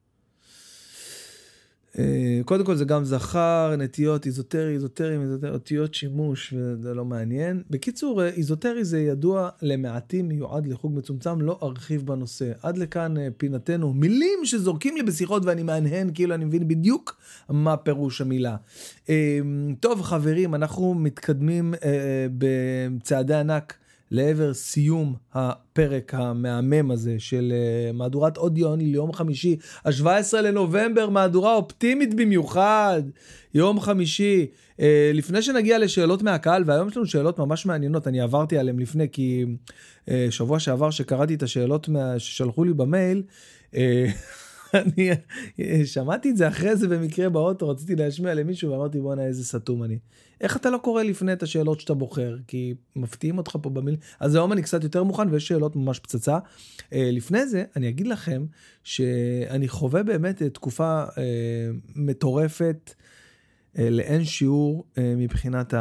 קודם כל זה גם זכר, נטיות, איזוטרי, אותיות שימוש, וזה לא מעניין. בקיצור, איזוטרי זה ידוע למעטים, מיועד לחוג מצומצם, לא ארחיב בנושא. עד לכאן פינתנו, מילים שזורקים לי בשיחות ואני מענהן, כאילו אני מבין בדיוק מה פירוש המילה. טוב חברים, אנחנו מתקדמים בצעדי ענק לעבר סיום הפרק המהמם הזה של מהדורת אודיו ליום חמישי, ה-17 לנובמבר, מהדורה אופטימית במיוחד, יום חמישי. לפני שנגיע לשאלות מהקהל, והיום יש לנו שאלות ממש מעניינות, אני עברתי עליהן לפני, כי שבוע שעבר שקראתי את השאלות ששלחו לי במייל, אני שמעתי את זה אחרי זה במקרה באוטו, רציתי להשמיע למישהו ואמרתי בוא'נה איזה סתום אני. איך אתה לא קורא לפני את השאלות שאתה בוחר? כי מפתיעים אותך פה במיל. אז היום אני קצת יותר מוכן ויש שאלות ממש פצצה. לפני זה אני אגיד לכם שאני חווה באמת תקופה מטורפת לאין שיעור מבחינת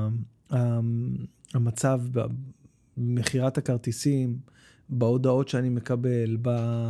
המצב במחירת הכרטיסים, בהודעות שאני מקבל,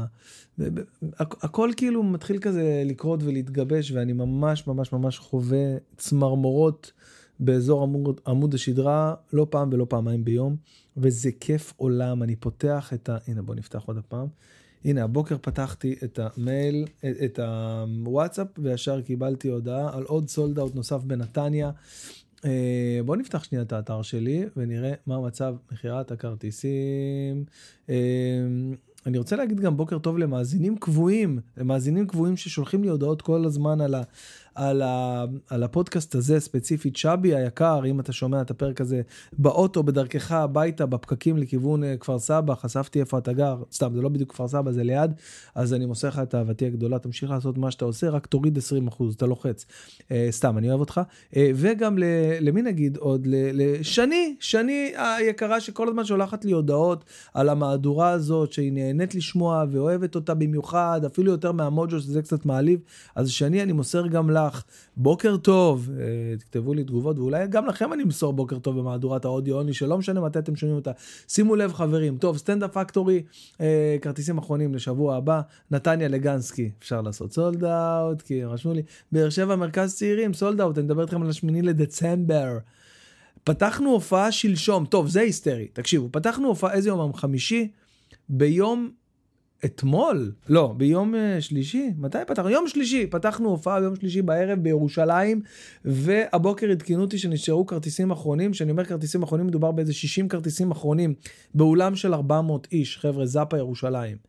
הכל כאילו מתחיל כזה לקרות ולהתגבש, ואני ממש ממש ממש חווה צמרמורות באזור עמוד השדרה, לא פעם ולא פעמיים ביום, וזה כיף עולם. אני פותח הנה בוא נפתח עוד הפעם, הנה הבוקר פתחתי את המייל, את הוואטסאפ, וישר קיבלתי הודעה על עוד סולד אאוט נוסף בנתניה. בואו נפתח שנייה את האתר שלי ונראה מה מצב מחירת הכרטיסים. אני רוצה להגיד גם בוקר טוב למאזינים קבועים ששולחים לי הודעות כל הזמן על הפודקאסט הזה, ספציפית שבי היקר, אם אתה שומע את הפרק הזה באוטו, בדרכך הביתה, בפקקים לכיוון כפר סבא, חשפתי איפה אתה גר, סתם, זה לא בדיוק כפר סבא, זה ליד, אז אני מוסר לך את אהבתי הגדולה, תמשיך לעשות מה שאתה עושה, רק תוריד 20%, אתה לוחץ. סתם, אני אוהב אותך. וגם למי נגיד עוד, שני היקרה שכל הזמן שולחת לי הודעות על המהדורה הזאת, שהיא נהנית לשמוע ואוהבת אותה במיוחד, אפילו יותר מהמוג'ו, שזה קצת מעליב, אז שני, אני מוסר גם לך, בוקר טוב, תכתבו לי תגובות, ואולי גם לכם אני מסור בוקר טוב במהדורת האודיו אונלי, שלא משנה מתי אתם שומעים אותה. שימו לב חברים, טוב, סטנדאפ פקטורי, כרטיסים אחרונים לשבוע הבא, נתניה לגנסקי, אפשר לעשות סולד אאוט, כי רשמו לי, באר שבע מרכז צעירים, סולד אאוט, אני מדבר איתכם על 8 לדצמבר. פתחנו הופעה שלשום, טוב, זה היסטרי, תקשיבו, פתחנו הופעה, איזה יום? חמישי, ביום אתמול, לא, ביום שלישי, מתי פתחנו? יום שלישי, פתחנו הופעה ביום שלישי בערב בירושלים, והבוקר התקינו אותי שנשארו כרטיסים אחרונים, שאני אומר כרטיסים אחרונים, מדובר באיזה 60 כרטיסים אחרונים, באולם של 400 איש, חבר'ה, זאפה ירושלים.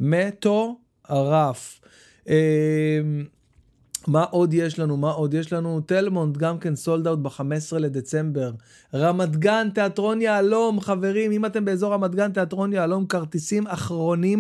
מטורף. מה עוד יש לנו? תלמונד גם כן סולד אאוט ב-15 לדצמבר. רמת גן, תיאטרון יהלום, חברים, אם אתם באזור רמת גן, תיאטרון יהלום, כרטיסים אחרונים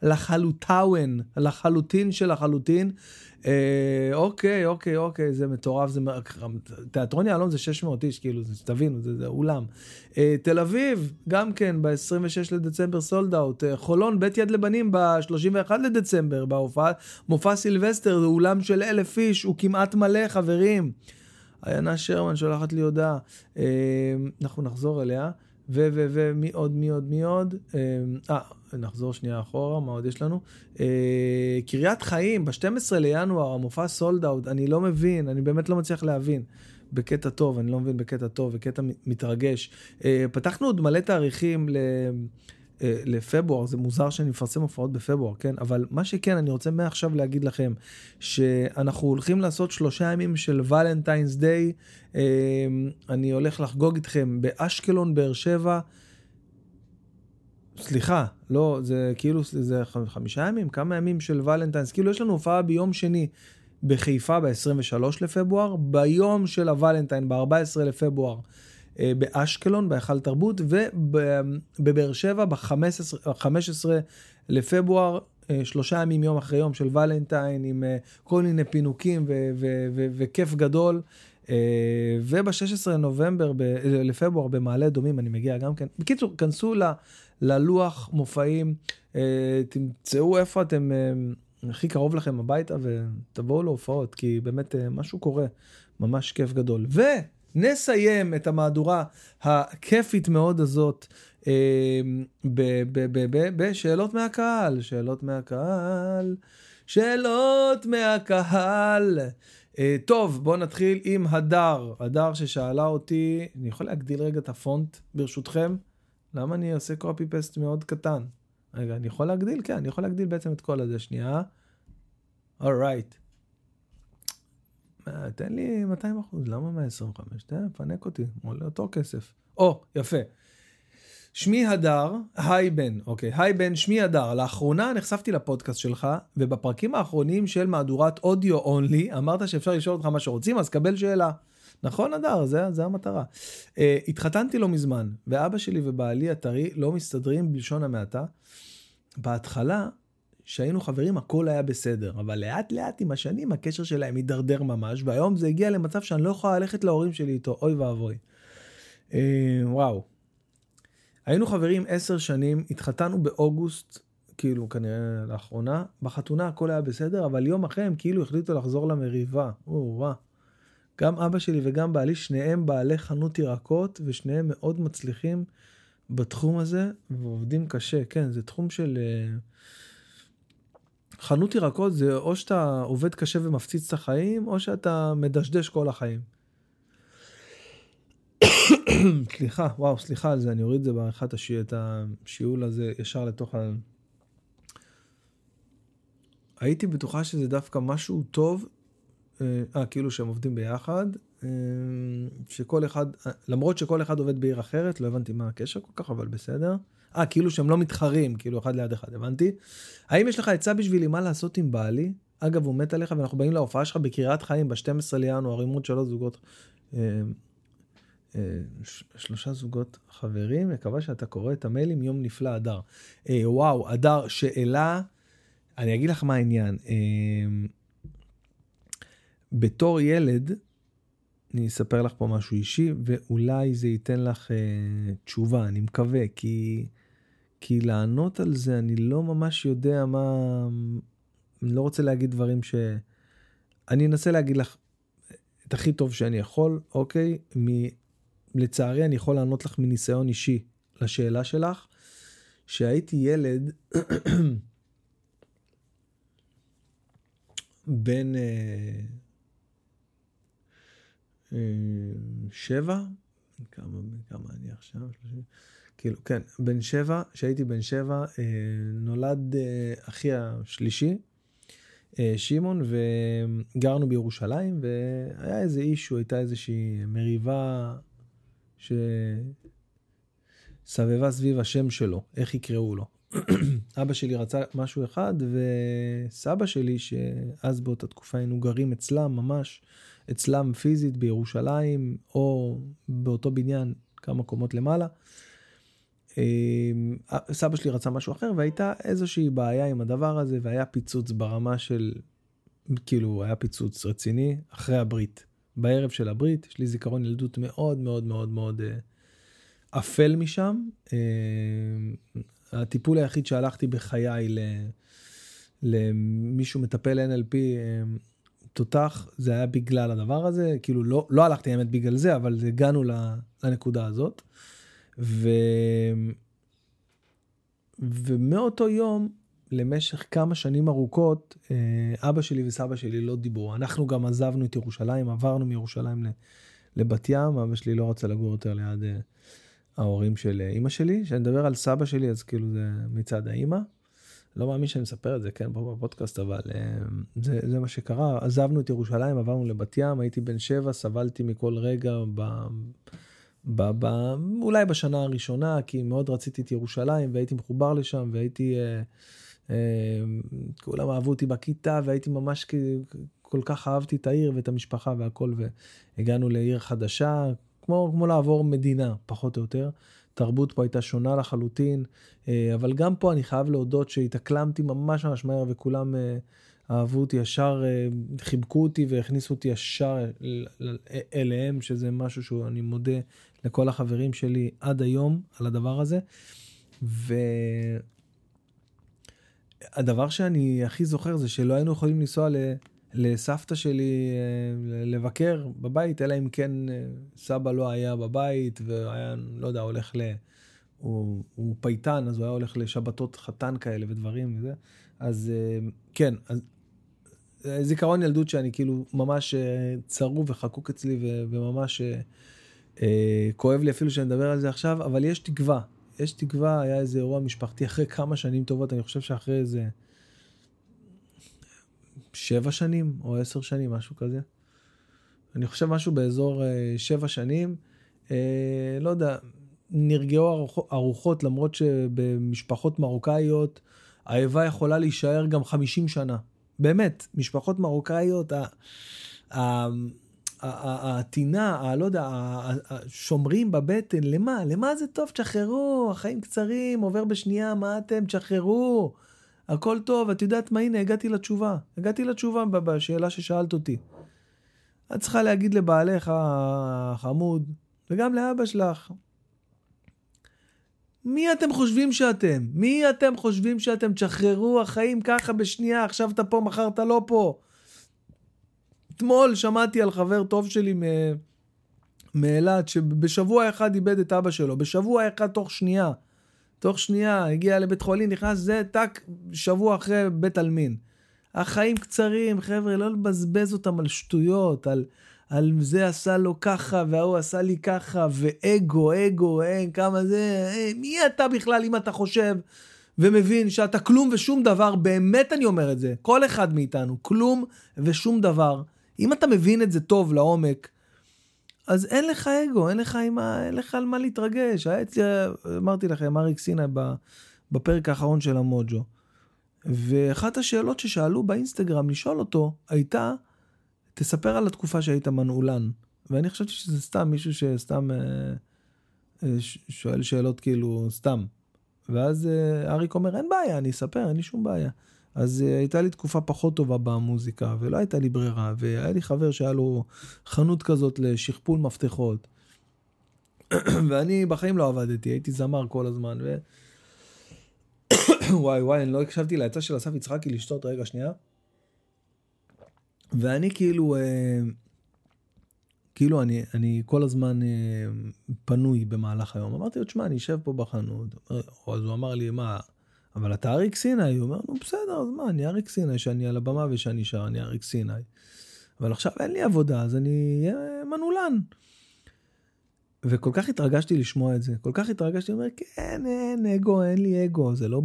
לחלוטין של החלוטין. אוקיי, זה מטורף, תיאטרון יהלום זה 600 איש, כאילו, תבינו, זה אולם. תל אביב, גם כן, ב-26 לדצמבר סולד אאוט. חולון, בית יד לבנים, ב-31 לדצמבר, מופע סילבסטר, זה אולם של 1,000 איש, הוא כמעט מלא, חברים. עיינה שרמן שולחת לי הודעה, אנחנו נחזור אליה, ומי עוד? נחזור שנייה אחורה, מה עוד יש לנו? קריית חיים, ב-12 לינואר, המופע סולד אאוט, אני לא מבין, אני באמת לא מצליח להבין. בקטע טוב, אני לא מבין בקטע טוב, בקטע מתרגש. פתחנו עוד מלא תאריכים לפברואר, זה מוזר שאני מפרסם הופעות בפברואר, כן? אבל מה שכן, אני רוצה מעכשיו להגיד לכם, שאנחנו הולכים לעשות 3 ימים של ולנטיינס דיי, אני הולך לחגוג איתכם באשקלון, באר שבע, סליחה, לא, זה כאילו, זה 5 ימים, כמה ימים של ולנטיינס, כאילו יש לנו הופעה ביום שני בחיפה ב-23 לפברואר, ביום של הוולנטיין ב-14 לפברואר, באשקלון, בהיכל תרבות, ובבאר שבע ב-15 לפברואר, 3 ימים יום אחרי יום של ולנטיין, עם כל מיני פינוקים וכיף גדול, וב-16 לפברואר במעלה אדומים, אני מגיע גם כן. בקיצור, כנסו ללוח מופעים, תמצאו איפה אתם הכי קרוב לכם הביתה, ותבואו להופעות, כי באמת משהו קורה, ממש כיף גדול. נסיים את המהדורה הכיפית מאוד הזאת בשאלות מהקהל. שאלות מהקהל. טוב, בואו נתחיל עם הדר ששאלה אותי, אני יכול להגדיל רגע את הפונט ברשותכם? למה אני עושה קופי פסט מאוד קטן? רגע, אני יכול להגדיל? כן, אני יכול להגדיל בעצם את כל הזה, שנייה. alright. תן לי 200%, למה 125? תן, פנק אותי, מולה אותו כסף. יפה. שמי הדר, היי בן, שמי הדר. לאחרונה נחשפתי לפודקאסט שלך, ובפרקים האחרונים של מהדורת אודיו אונלי, אמרת שאפשר לשאול אותך מה שרוצים, אז קבל שאלה. נכון הדר, זה המטרה. התחתנתי לא מזמן, ואבא שלי ובעלי הטרי לא מסתדרים בלשון המעטה. בהתחלה, שהיינו חברים, הכל היה בסדר, אבל לאט לאט עם השנים הקשר שלהם הידרדר ממש, והיום זה הגיע למצב שאני לא יכולה ללכת להורים שלי איתו, אוי ואבוי. וואו. היינו חברים 10 שנים, התחתנו באוגוסט, כאילו כנראה לאחרונה, בחתונה הכל היה בסדר, אבל יום אחרי הם כאילו החליטו לחזור למריבה. גם אבא שלי וגם בעלי, שניהם בעלי חנות ירקות, ושניהם מאוד מצליחים בתחום הזה, ועובדים קשה. כן, זה תחום של חנות ירקות, זה או שאתה עובד קשה ומפציץ את החיים, או שאתה מדשדש כל החיים. סליחה על זה, אני אוריד את זה בעריכת את השיעול הזה ישר לתוך הייתי בטוחה שזה דווקא משהו טוב, כאילו שהם עובדים ביחד, שכל אחד, למרות שכל אחד עובד בעיר אחרת, לא הבנתי מה הקשר כל כך, אבל בסדר. כאילו שהם לא מתחרים, כאילו אחד ליד אחד, הבנתי. האם יש לך עצה בשבילי מה לעשות עם בעלי? אגב, הוא מת עליך, ואנחנו באים להופעה שלך בקריית חיים, ב-12 לינואר, עם עוד 3 זוגות, 3 זוגות חברים, מקווה שאתה קורא את המיילים, יום נפלא, הדר. וואו, הדר, שאלה, אני אגיד לך מה העניין. בתור ילד, אני אספר לך פה משהו אישי, ואולי זה ייתן לך תשובה, אני מקווה, כי כי לענות על זה אני לא ממש יודע מה, אני לא רוצה להגיד דברים אני אנסה להגיד לך את הכי טוב שאני יכול, אוקיי? לצערי אני יכול לענות לך מניסיון אישי לשאלה שלך, שהייתי ילד בין 7, כמה אני עכשיו? כאילו, כן, בן 7, שהייתי בן 7, נולד אחי השלישי, שמעון, וגרנו בירושלים, והיה איזה אישו, הייתה איזושהי מריבה שסבבה סביב השם שלו, איך יקראו לו. אבא שלי רצה משהו אחד, וסבא שלי, שאז באותה תקופה היינו גרים אצלם, ממש אצלם פיזית בירושלים, או באותו בניין כמה קומות למעלה, סבא שלי רצה משהו אחר, והייתה איזושהי בעיה עם הדבר הזה, והיה פיצוץ ברמה של, כאילו היה פיצוץ רציני אחרי הברית, בערב של הברית. יש לי זיכרון ילדות מאוד מאוד מאוד מאוד אפל משם. הטיפול היחיד שהלכתי בחיי למישהו מטפל NLP תותח, זה היה בגלל הדבר הזה, כאילו לא הלכתי האמת בגלל זה, אבל הגענו לנקודה הזאת. ומאותו יום, למשך כמה שנים ארוכות, אבא שלי וסבא שלי לא דיברו. אנחנו גם עזבנו את ירושלים, עברנו מירושלים לבת ים. אבא שלי לא רצה לגור יותר ליד ההורים של אמא שלי. כשאני מדבר על סבא שלי, אז כאילו זה מצד האמא. לא מאמין שאני מספר את זה, כן, פה בפודקאסט, אבל זה מה שקרה. עזבנו את ירושלים, עברנו לבת ים, הייתי בן 7, סבלתי מכל רגע אולי בשנה הראשונה, כי מאוד רציתי את ירושלים, והייתי מחובר לשם, והייתי, כולם אהבו אותי בכיתה, והייתי ממש כל כך אהבתי את העיר ואת המשפחה והכל, והגענו לעיר חדשה, כמו לעבור מדינה, פחות או יותר. תרבות פה הייתה שונה לחלוטין, אבל גם פה אני חייב להודות שהתאקלמתי ממש ממש מהר, וכולם אהבו אותי ישר, חיבקו אותי והכניסו אותי ישר אליהם, שזה משהו שאני מודה לכל החברים שלי עד היום על הדבר הזה. והדבר שאני הכי זוכר זה שלא היינו יכולים לנסוע לסבתא שלי לבקר בבית, אלא אם כן סבא לא היה בבית, והיה, לא יודע, הולך הוא פייטן, אז הוא היה הולך לשבתות חתן כאלה ודברים וזה. אז כן, אז זיכרון ילדות שאני כאילו ממש צרוב וחקוק אצלי, וממש כואב לי אפילו שאני מדבר על זה עכשיו, אבל יש תקווה. יש תקווה, היה איזה אירוע משפחתי אחרי כמה שנים טובות, אני חושב שאחרי איזה 7 שנים או 10 שנים, משהו כזה. אני חושב משהו באזור 7 שנים, לא יודע, נרגעו הרוחות, למרות שבמשפחות מרוקאיות, האהבה יכולה להישאר גם 50 שנה. באמת, משפחות מרוקאיות, העתינה, לא יודע, שומרים בבטן, למה? למה זה טוב? תשחררו, החיים קצרים, עובר בשנייה, מה אתם? תשחררו, הכל טוב. את יודעת מה? הנה, הגעתי לתשובה בשאלה ששאלת אותי. את צריכה להגיד לבעלך החמוד, וגם לאבא שלך, מי אתם חושבים שאתם? מי אתם חושבים שאתם? תשחררו, החיים ככה בשנייה, עכשיו אתה פה, מחר אתה לא פה. אתמול שמעתי על חבר טוב שלי מאילת, שבשבוע אחד איבד את אבא שלו, בשבוע אחד תוך שנייה, הגיע לבית חולים, נכנס זה, טק, שבוע אחרי בית אלמין. החיים קצרים, חבר'ה, לא לבזבז אותם על שטויות, על זה עשה לו ככה, והוא עשה לי ככה, ואגו, כמה זה, מי אתה בכלל אם אתה חושב ומבין שאתה כלום ושום דבר, באמת אני אומר את זה, כל אחד מאיתנו, כלום ושום דבר, אם אתה מבין את זה טוב לעומק, אז אין לך אגו, אין לך על מה להתרגש. אמרתי לכם, אריק סיני בפרק האחרון של המוג'ו, ואחת השאלות ששאלו באינסטגרם לשאול אותו, הייתה, תספר על התקופה שהיית מנעולן. ואני חשבתי שזה סתם מישהו שסתם שואל שאלות כאילו סתם. ואז אריק אומר, אין בעיה, אני אספר, אין לי שום בעיה. אז הייתה לי תקופה פחות טובה במוזיקה, ולא הייתה לי ברירה, והיה לי חבר שהיה לו חנות כזאת לשכפול מפתחות. ואני בחיים לא עבדתי, הייתי זמר כל הזמן, וואי, אני לא הקשבתי לעצה של אסף יצחקי לשתות רגע שנייה. ואני כאילו אני כל הזמן פנוי במהלך היום. אמרתי לו, תשמע, אני אשב פה בחנות. אז הוא אמר לי, מה, אבל אתה אריק סיני? הוא אומר, נו בסדר, אז מה, אני אריק סיני, שאני על הבמה ושאני שר, אני אריק סיני. אבל עכשיו אין לי עבודה, אז אני אהיה מנולן. וכל כך התרגשתי לשמוע את זה. כל כך התרגשתי, אומר, כן, אין לי אגו, זה לא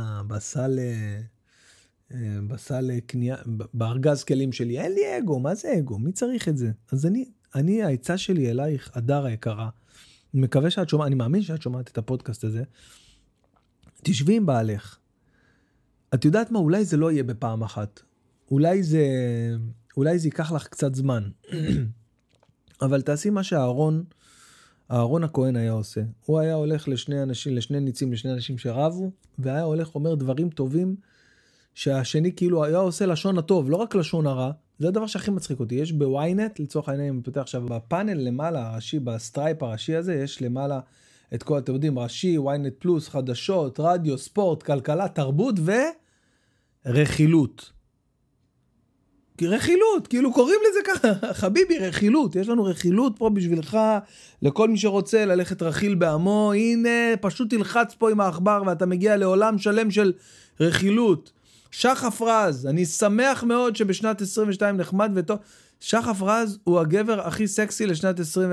בסל קנייה, בארגז כלים שלי, אין לי אגו, מה זה אגו? מי צריך את זה? אז העצה שלי אלייך, הדר היקרה, אני מקווה שאת שומעת, אני מאמין שאת שומעת את הפודקאסט הזה, תשבי עם בעלך. את יודעת מה? אולי זה לא יהיה בפעם אחת. אולי זה ייקח לך קצת זמן. אבל תעשי מה שאהרון הכהן היה עושה. הוא היה הולך לשני אנשים שרבו, והיה הולך אומר דברים טובים, שהשני כאילו היה עושה לשון הטוב, לא רק לשון הרע. זה הדבר שהכי מצחיק אותי. יש בוויינט, לצורך העניין, אני פותח עכשיו בפאנל למעלה, הראשי, בסטרייפ הראשי הזה, יש למעלה את כל, אתם יודעים, ראשי, וויינט פלוס, חדשות, רדיו, ספורט, כלכלה, תרבות ורכילות. רכילות, כאילו קוראים לזה ככה, חביבי, רכילות. יש לנו רכילות פה בשבילך, לכל מי שרוצה ללכת רכיל בעמו. הנה, פשוט תלחץ פה עם האחבר, ואתה מגיע לעולם שלם של רכילות. שחף רז, אני שמח מאוד שבשנת 22 נחמד וטוב. שחף רז הוא הגבר הכי סקסי לשנת 20.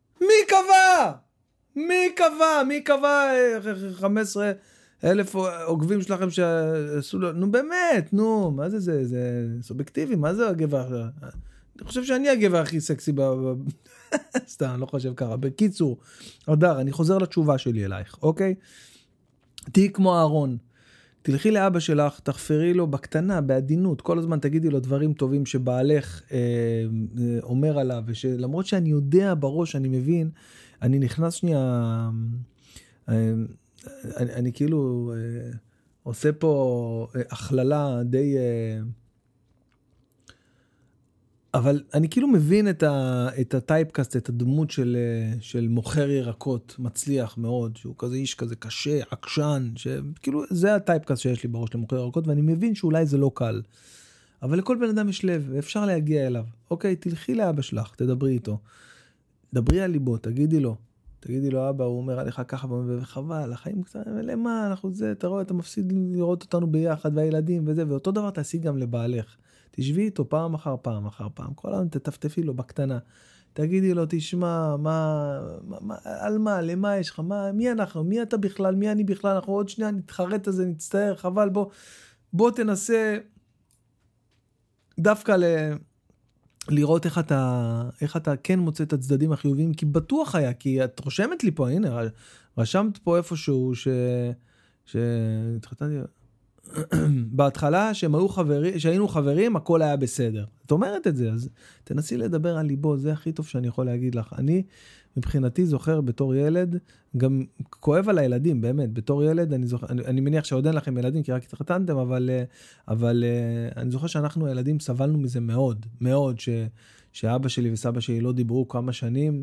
מי קבע 15,000 עוקבים שלכם שעשו לו, נו באמת, נו, מה זה סובייקטיבי, מה זה הגבר? אני חושב שאני הגבר הכי סקסי סתם, אני לא חושב ככה. בקיצור, הדר, אני חוזר לתשובה שלי אלייך, אוקיי? תהי כמו אהרון. תלכי לאבא שלך, תחפרי לו בקטנה, בעדינות, כל הזמן תגידי לו דברים טובים שבעלך אומר עליו, ולמרות שאני יודע בראש, אני מבין, אני נכנס שנייה, אני כאילו עושה פה הכללה די, אבל אני כאילו מבין את הטייפקאסט, את הדמות של מוכר ירקות, מצליח מאוד, שהוא כזה איש כזה קשה, עקשן, שכאילו זה הטייפקאסט שיש לי בראש למוכר ירקות, ואני מבין שאולי זה לא קל. אבל לכל בן אדם יש לב, ואפשר להגיע אליו. אוקיי, תלכי לאבא שלך, תדברי איתו. דברי על ליבו, תגידי לו, אבא, הוא אומר עליך ככה, וחבל, החיים קצת, למה, אנחנו זה, אתה רואה, אתה מפסיד לראות אותנו ביחד, והילדים וזה, ואותו דבר תעשי גם לבעלך. תשבי איתו פעם אחר פעם, כל היום תטפטפי לו בקטנה. תגידי לו, תשמע, על מה, למה יש לך, מי אנחנו, מי אתה בכלל, מי אני בכלל, אנחנו עוד שנייה נתחרט על זה, נצטער, חבל, בוא תנסה דווקא לראות איך אתה כן מוצא את הצדדים החיוביים, כי בטוח היה, כי את רושמת לי פה, הנה, רשמת פה איפשהו התחתנתי, בהתחלה שהיינו חברים, הכל היה בסדר. את אומרת את זה, אז תנסי לדבר על ליבו, זה הכי טוב שאני יכול להגיד לך. אני, מבחינתי, זוכר בתור ילד, גם כואב על הילדים, באמת, בתור ילד, אני מניח שעוד אין לכם ילדים, כי רק התחתנתם, אבל אני זוכר שאנחנו ילדים סבלנו מזה מאוד, מאוד, שאבא שלי וסבא שלי לא דיברו כמה שנים,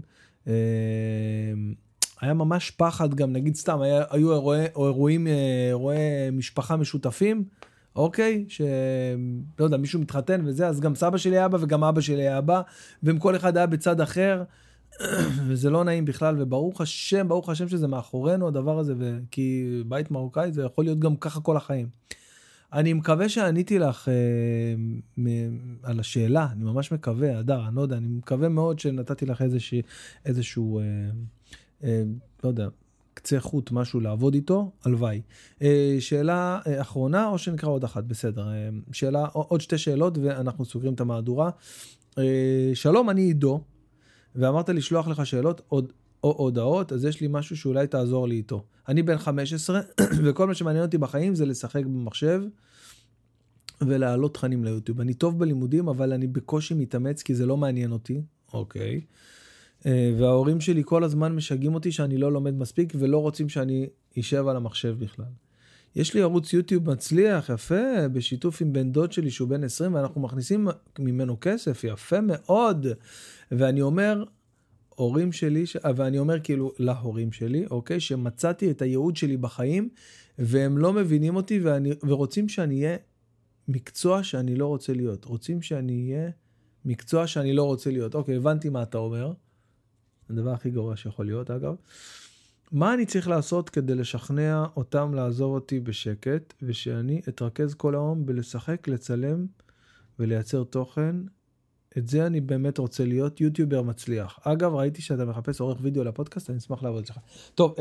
היה ממש פחד גם, נגיד סתם, היו אירועי משפחה משותפים, אוקיי? לא יודע, מישהו מתחתן וזה, אז גם סבא שלי היה אבא וגם אבא שלי היה אבא, והם כל אחד היה בצד אחר, וזה לא נעים בכלל, וברוך השם שזה מאחורינו הדבר הזה, כי בית מרוקאי זה יכול להיות גם ככה כל החיים. אני מקווה שעניתי לך על השאלה, אני ממש מקווה, הדר, אני לא יודע, אני מקווה מאוד שנתתי לך איזשהו לא יודע, קצה חוט, משהו לעבוד איתו, הלוואי. שאלה אחרונה, או שנקרא עוד אחת, בסדר. עוד שתי שאלות, ואנחנו סוגרים את המהדורה. שלום, אני עידו, ואמרת לשלוח לך שאלות או הודעות, אז יש לי משהו שאולי תעזור לי איתו. אני בן 15, וכל מה שמעניין אותי בחיים זה לשחק במחשב, ולהעלות תכנים ליוטיוב. אני טוב בלימודים, אבל אני בקושי מתאמץ, כי זה לא מעניין אותי. אוקיי. וההורים שלי כל הזמן משגעים אותי שאני לא לומד מספיק, ולא רוצים שאני יישב על המחשב בכלל. יש לי ערוץ יוטיוב מצליח, יפה, בשיתוף עם בן דוד שלי שהוא בן 20, ואנחנו מכניסים ממנו כסף, יפה מאוד. ואני אומר, להורים שלי, ואני אומר כאילו להורים שלי, אוקיי? שמצאתי את הייעוד שלי בחיים, והם לא מבינים אותי, ורוצים שאני אהיה מקצוע שאני לא רוצה להיות. רוצים שאני אהיה מקצוע שאני לא רוצה להיות. אוקיי, הבנתי מה אתה אומר. הדבר הכי גרוע שיכול להיות, אגב. מה אני צריך לעשות כדי לשכנע אותם לעזוב אותי בשקט, ושאני אתרכז כל היום בלשחק, לצלם ולייצר תוכן? את זה אני באמת רוצה להיות יוטיובר מצליח. אגב, ראיתי שאתה מחפש עורך וידאו לפודקאסט, אני אשמח לעבוד שלך. טוב,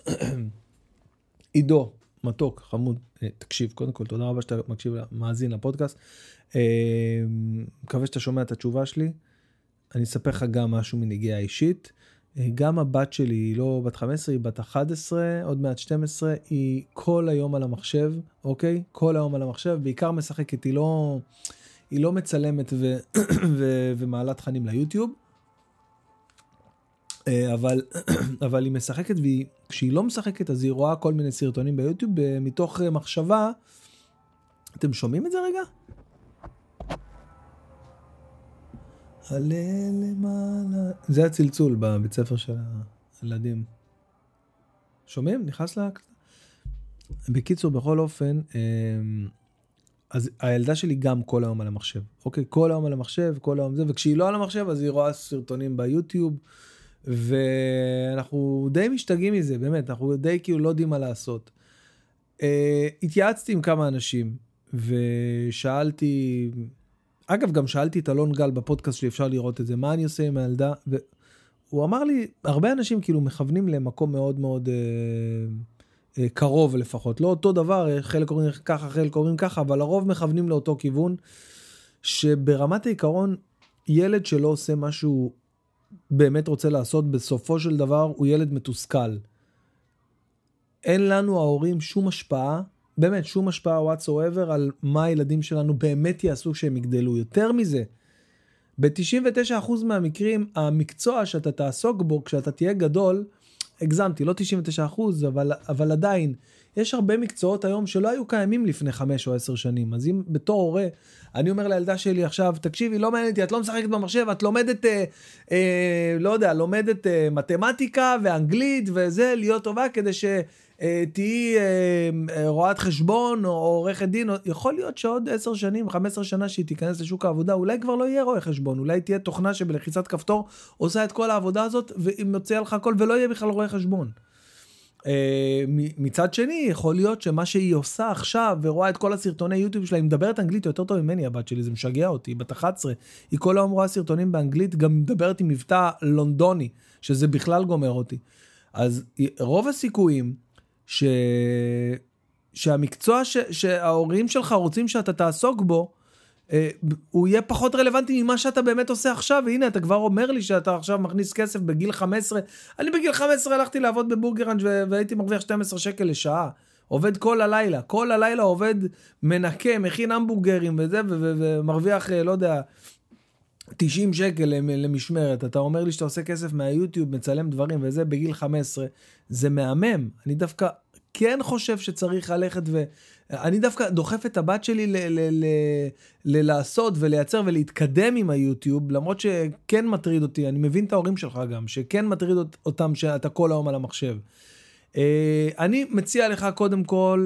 עידו, מתוק, חמוד, תקשיב, קודם כל, תודה רבה שאתה מקשיב, מאזין לפודקאסט. מקווה שאתה שומע את התשובה שלי. אני אספר לך גם משהו מנגיעה אישית. גם הבת שלי היא לא בת 15, היא בת 11, עוד מעט 12, היא כל היום על המחשב, אוקיי? כל היום על המחשב, בעיקר משחקת, היא לא מצלמת ומעלה תכנים ליוטיוב, אבל היא משחקת, וכשהיא לא משחקת, אז היא רואה כל מיני סרטונים ביוטיוב, מתוך מחשבה. אתם שומעים את זה רגע? עלה למעלה. זה הצלצול בבית ספר של הילדים. שומעים? נכנס לה? בקיצור, בכל אופן, אז הילדה שלי גם כל היום על המחשב. אוקיי, כל היום על המחשב, כל היום זה, וכשהיא לא על המחשב, אז היא רואה סרטונים ביוטיוב, ואנחנו די משתגעים מזה, באמת, אנחנו די כאילו לא יודעים מה לעשות. התייעצתי עם כמה אנשים, ושאלתי, אגב, גם שאלתי את אלון גל בפודקאסט שלי, אפשר לראות את זה, מה אני עושה עם הילדה, והוא אמר לי, הרבה אנשים כאילו מכוונים למקום מאוד מאוד קרוב לפחות, לא אותו דבר, חלק קוראים ככה, חלק קוראים ככה, אבל הרוב מכוונים לאותו כיוון, שברמת העיקרון, ילד שלא עושה משהו באמת רוצה לעשות, בסופו של דבר הוא ילד מתוסכל. אין לנו ההורים שום השפעה, באמת שום השפעה whatsoever על מה הילדים שלנו באמת יעשו כשהם יגדלו. יותר מזה, ב-99% מהמקרים, המקצוע שאתה תעסוק בו כשאתה תהיה גדול, הגזמתי, לא 99%, אבל עדיין, יש הרבה מקצועות היום שלא היו קיימים לפני 5 או 10 שנים. אז אם בתור הורה, אני אומר לילדה שלי עכשיו, תקשיבי, לא מעניין אותי, את לא משחקת במחשב, את לומדת, לא יודע, לומדת מתמטיקה ואנגלית וזה, להיות טובה כדי שתהי רואת חשבון או עורכת דין. יכול להיות שעוד 10 שנים, 15 שנה שהיא תיכנס לשוק העבודה, אולי כבר לא יהיה רואה חשבון, אולי תהיה תוכנה שבלחיצת כפתור עושה את כל העבודה הזאת, ומוציאה לך הכל ולא יהיה בכלל רואה חשבון. מצד שני, יכול להיות שמה שהיא עושה עכשיו, ורואה את כל הסרטוני יוטיוב שלה, היא מדברת אנגלית יותר טוב ממני, הבת שלי, זה משגע אותי, היא בת 11, היא כל היום רואה סרטונים באנגלית, גם מדברת עם מבטא לונדוני, שזה בכלל גומר אותי. אז רוב הסיכויים, שהמקצוע שההורים שלך רוצים שאתה תעסוק בו, הוא יהיה פחות רלוונטי ממה שאתה באמת עושה עכשיו, והנה אתה כבר אומר לי שאתה עכשיו מכניס כסף בגיל 15, אני בגיל 15 הלכתי לעבוד בבורגראנץ' והייתי מרוויח 12 שקל לשעה, עובד כל הלילה עובד, מנקה, מכין המבורגרים וזה, ומרוויח, לא יודע, 90 שקל למשמרת. אתה אומר לי שאתה עושה כסף מהיוטיוב, מצלם דברים וזה בגיל 15, זה מהמם. אני דווקא כן חושב שצריך ללכת אני דווקא דוחף את הבת שלי לעשות ולייצר ולהתקדם עם היוטיוב, למרות שכן מטריד אותי, אני מבין את ההורים שלך גם, שכן מטריד אותם שאתה כל היום על המחשב. אני מציע לך קודם כל,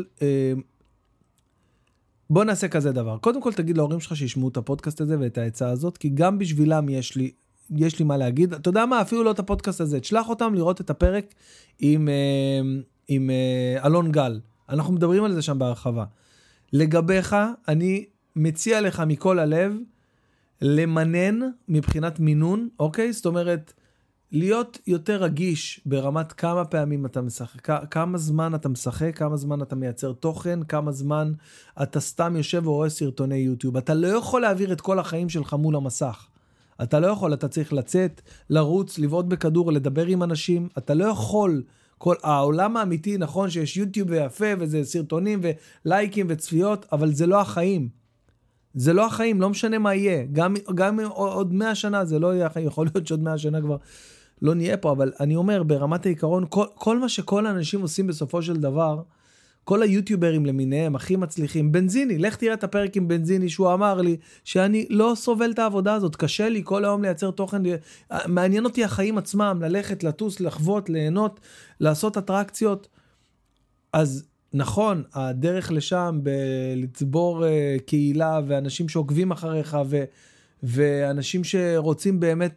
בוא נעשה כזה דבר. קודם כל תגיד להורים שלך שישמעו את הפודקאסט הזה ואת ההצעה הזאת, כי גם בשבילם יש לי מה להגיד. אתה יודע מה? אפילו לא את הפודקאסט הזה. תשלח אותם לראות את הפרק עם אלון גל. אנחנו מדברים על זה שם בהרחבה. לגביך, אני מציע לך מכל הלב למנן מבחינת מינון, אוקיי? זאת אומרת, להיות יותר רגיש ברמת כמה פעמים אתה משחק, כמה זמן אתה משחק, כמה זמן אתה מייצר תוכן, כמה זמן אתה סתם יושב ורואה סרטוני יוטיוב. אתה לא יכול להעביר את כל החיים שלך מול המסך. אתה לא יכול, אתה צריך לצאת, לרוץ, לבעוט בכדור, לדבר עם אנשים. אתה לא יכול, העולם האמיתי, נכון שיש יוטיוב ויפה וזה סרטונים ולייקים וצפיות, אבל זה לא החיים. זה לא החיים, לא משנה מה יהיה. גם עוד 100 שנה זה לא יהיה החיים, יכול להיות שעוד 100 שנה כבר לא נהיה פה, אבל אני אומר, ברמת העיקרון, כל מה שכל האנשים עושים בסופו של דבר, כל היוטיוברים למיניהם, הכי מצליחים, בנזיני, לך תראה את הפרק עם בנזיני, שהוא אמר לי שאני לא סובל את העבודה הזאת, קשה לי כל היום לייצר תוכן, מעניין אותי החיים עצמם, ללכת, לטוס, לחוות, ליהנות, לעשות אטרקציות. אז נכון, הדרך לשם בלצבור קהילה ואנשים שעוקבים אחריך ואנשים שרוצים באמת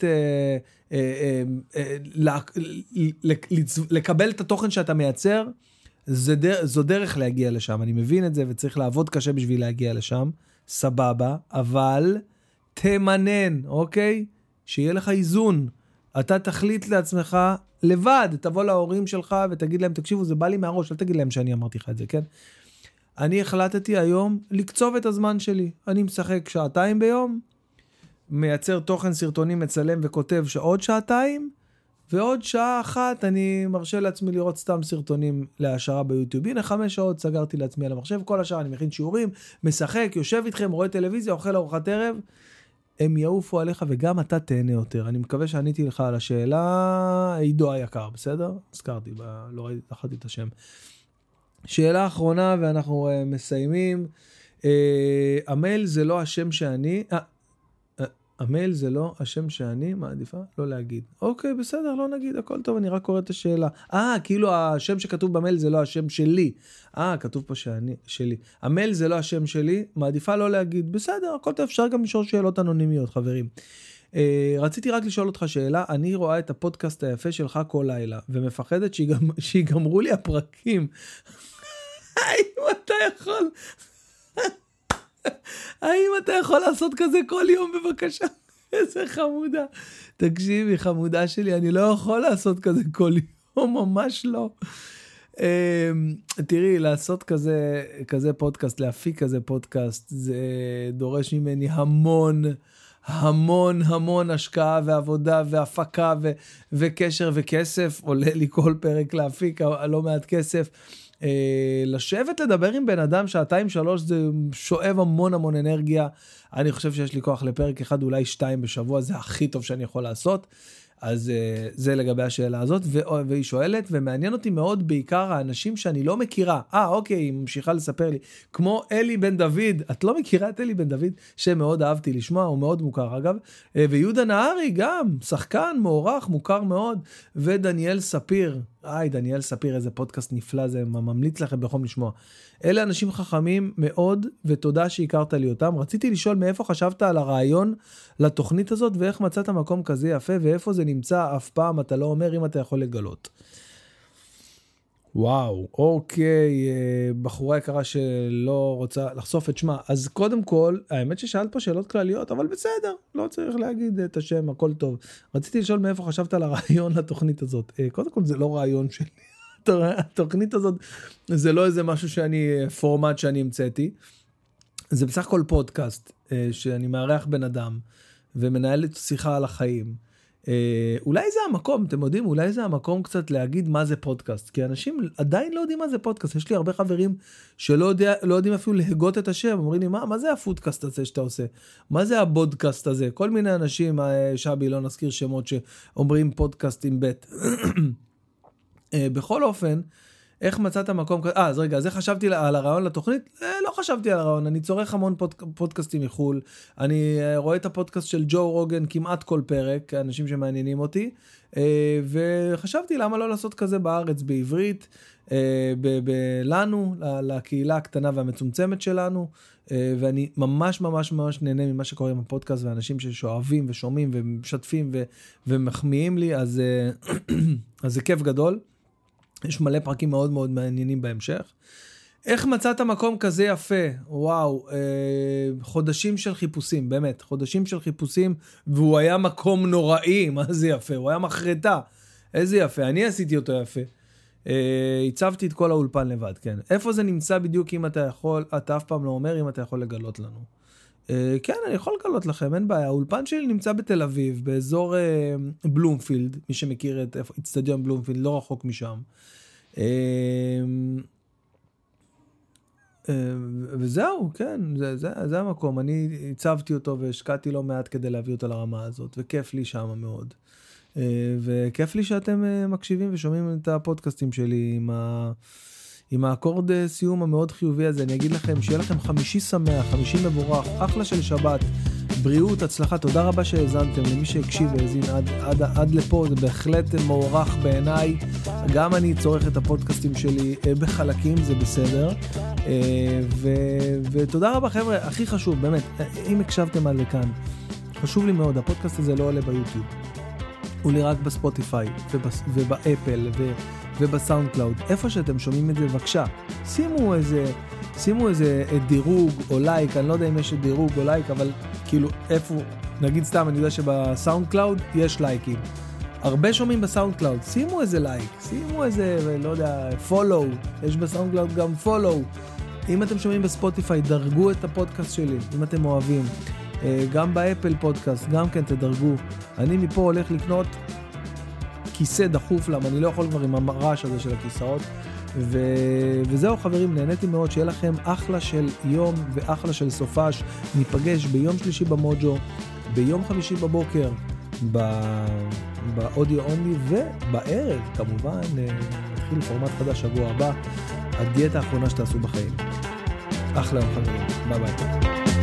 לקבל את התוכן שאתה מייצר, זו דרך להגיע לשם. אני מבין את זה וצריך לעבוד קשה בשביל להגיע לשם, סבבה, אבל תמנן, אוקיי? שיהיה לך איזון. אתה תחליט לעצמך לבד, תבוא להורים שלך ותגיד להם, תקשיבו, זה בא לי מהראש, אל תגיד להם שאני אמרתי לך את זה, כן? אני החלטתי היום לקצוב את הזמן שלי. אני משחק 2 שעות ביום, מייצר תוכן סרטונים, מצלם וכותב עוד 2 שעות, ועוד 1 שעה אני מרשה לעצמי לראות סתם סרטונים להשארה ביוטיוב. הנה 5 שעות סגרתי לעצמי על המחשב, כל השאר אני מכין שיעורים, משחק, יושב איתכם, רואה טלוויזיה, אוכל ארוחת ערב, הם יעופו עליך וגם אתה תהנה יותר. אני מקווה שעניתי לך על השאלה, עידו היקר, בסדר? הזכרתי, לא ראיתי את השם. שאלה אחרונה ואנחנו מסיימים. המייל זה לא השם שאני, המייל זה לא השם שאני, מה עדיפה? לא להגיד. אוקיי, בסדר, לא נגיד, הכל טוב, אני רק קורא את השאלה. כאילו השם שכתוב במייל זה לא השם שלי. כתוב פה שלי. המייל זה לא השם שלי, מעדיפה לא להגיד. בסדר, הכל טוב, אפשר גם לשאול שאלות אנונימיות, חברים. רציתי רק לשאול אותך שאלה, אני רואה את הפודקאסט היפה שלך כל לילה, ומפחדת שיגמרו לי הפרקים. האם אתה יכול לעשות כזה כל יום בבקשה? איזה חמודה. תקשיבי, חמודה שלי, אני לא יכול לעשות כזה כל יום, ממש לא. תראי, לעשות כזה פודקאסט, להפיק כזה פודקאסט, זה דורש ממני המון השקעה ועבודה והפקה וקשר וכסף. עולה לי כל פרק להפיק, לא מעט כסף. לשבת לדבר עם בן אדם 2-3 זה שואב המון אנרגיה. אני חושב שיש לי כוח לפרק 1 אולי 2 בשבוע, זה הכי טוב שאני יכול לעשות. אז זה לגבי השאלה הזאת, והיא שואלת, ומעניין אותי מאוד בעיקר האנשים שאני לא מכירה. אוקיי, היא ממשיכה לספר לי, כמו אלי בן דוד. את לא מכירה את אלי בן דוד? שמאוד אהבתי לשמוע, הוא מאוד מוכר אגב, ויהודה נהרי גם, שחקן, מוערך, מוכר מאוד, ודניאל ספיר. דניאל ספיר, איזה פודקאסט נפלא, זה ממליץ לכם בחום לשמוע. אלה אנשים חכמים מאוד, ותודה שהכרת לי אותם. רציתי לשאול מאיפה חשבת על הרעיון לתוכנית הזאת, ואיך מצאת מקום כזה יפה, ואיפה זה נמצא אף פעם, אתה לא אומר אם אתה יכול לגלות. וואו, אוקיי, בחורה יקרה שלא רוצה לחשוף את שמה. אז קודם כל, האמת ששאלת פה שאלות כלליות, אבל בסדר, לא צריך להגיד את השם, הכל טוב. רציתי לשאול מאיפה חשבת על הרעיון לתוכנית הזאת. קודם כל זה לא רעיון שלי. התוכנית הזאת זה לא איזה משהו פורמט שאני המצאתי. זה בסך הכל פודקאסט שאני מארח בן אדם ומנהל את שיחה על החיים. אולי זה המקום, אתם יודעים, אולי זה המקום קצת להגיד מה זה פודקאסט, כי אנשים עדיין לא יודעים מה זה פודקאסט. יש לי הרבה חברים שלא יודעים אפילו להגות את השם, אומרים לי, מה זה הפודקאסט הזה שאתה עושה? מה זה הבודקאסט הזה? כל מיני אנשים, שבי, לא נזכיר שמות, שאומרים פודקאסט עם בית. בכל אופן, איך מצאת מקום כזה? אז רגע, אז איך חשבתי על הרעיון לתוכנית? לא חשבתי על הרעיון, אני צורך המון פודקאסטים מחול, אני רואה את הפודקאסט של ג'ו רוגן כמעט כל פרק, אנשים שמעניינים אותי, וחשבתי למה לא לעשות כזה בארץ, בעברית, לנו, לקהילה הקטנה והמצומצמת שלנו, ואני ממש נהנה ממה שקורה עם הפודקאסט, ואנשים ששואבים ושומעים ומשתפים ומחמיאים לי, אז זה כיף גדול. יש מלא פרקים מאוד מעניינים בהמשך. איך מצאת מקום כזה יפה? וואו, חודשים של חיפושים, באמת, חודשים של חיפושים, והוא היה מקום נוראי, מה זה יפה? הוא היה מחרטה, איזה יפה, אני עשיתי אותו יפה. הצבתי את כל האולפן לבד, כן. איפה זה נמצא בדיוק אם אתה יכול, אתה אף פעם לא אומר אם אתה יכול לגלות לנו. כן, אני יכול לגלות לכם, אין בעיה. האולפן שלי נמצא בתל אביב, באזור בלומפילד, מי שמכיר את אצטדיון בלומפילד, לא רחוק משם. וזהו, כן, זה המקום. אני הצבתי אותו והשקעתי לא מעט כדי להביא אותו לרמה הזאת, וכיף לי שם מאוד. וכיף לי שאתם מקשיבים ושומעים את הפודקאסטים שלי עם האקורד סיום המאוד חיובי הזה, אני אגיד לכם שיהיה לכם 5 שמח, 50 מבורך, אחלה של שבת, בריאות, הצלחה, תודה רבה שהאזנתם, למי שהקשיב והאזין עד לפה, זה בהחלט מוערך בעיניי, גם אני צורך את הפודקאסטים שלי בחלקים, זה בסדר, ותודה רבה חבר'ה, הכי חשוב, באמת, אם הקשבתם עד לכאן, חשוב לי מאוד, הפודקאסט הזה לא עולה ביוטיוב, הוא לי רק בספוטיפיי, ובאפל, ובסאונד קלאוד, איפה שאתם שומעים את זה, בבקשה, שימו איזה דירוג או לייק, אני לא יודע אם יש דירוג או לייק, אבל כאילו איפה, נגיד סתם, אני יודע שבסאונד קלאוד יש לייקים. הרבה שומעים בסאונד קלאוד, שימו איזה לייק, שימו איזה, לא יודע, פולו, יש בסאונד קלאוד גם פולו. אם אתם שומעים בספוטיפיי, דרגו את הפודקאסט שלי, אם אתם אוהבים. גם באפל פודקאסט, גם כן תדרגו. אני מפה הולך לקנות כיסא דחוף, למה אני לא יכול כבר עם הרעש הזה של הכיסאות. וזהו חברים, נהניתי מאוד, שיהיה לכם אחלה של יום ואחלה של סופש. ניפגש ביום שלישי במוג'ו, ביום חמישי בבוקר באודיו אונלי, ובערב כמובן נתחיל פורמט חדש שבוע הבא, הדיאטה האחרונה שתעשו בחיים. אחלה יום חברים, ביי ביי.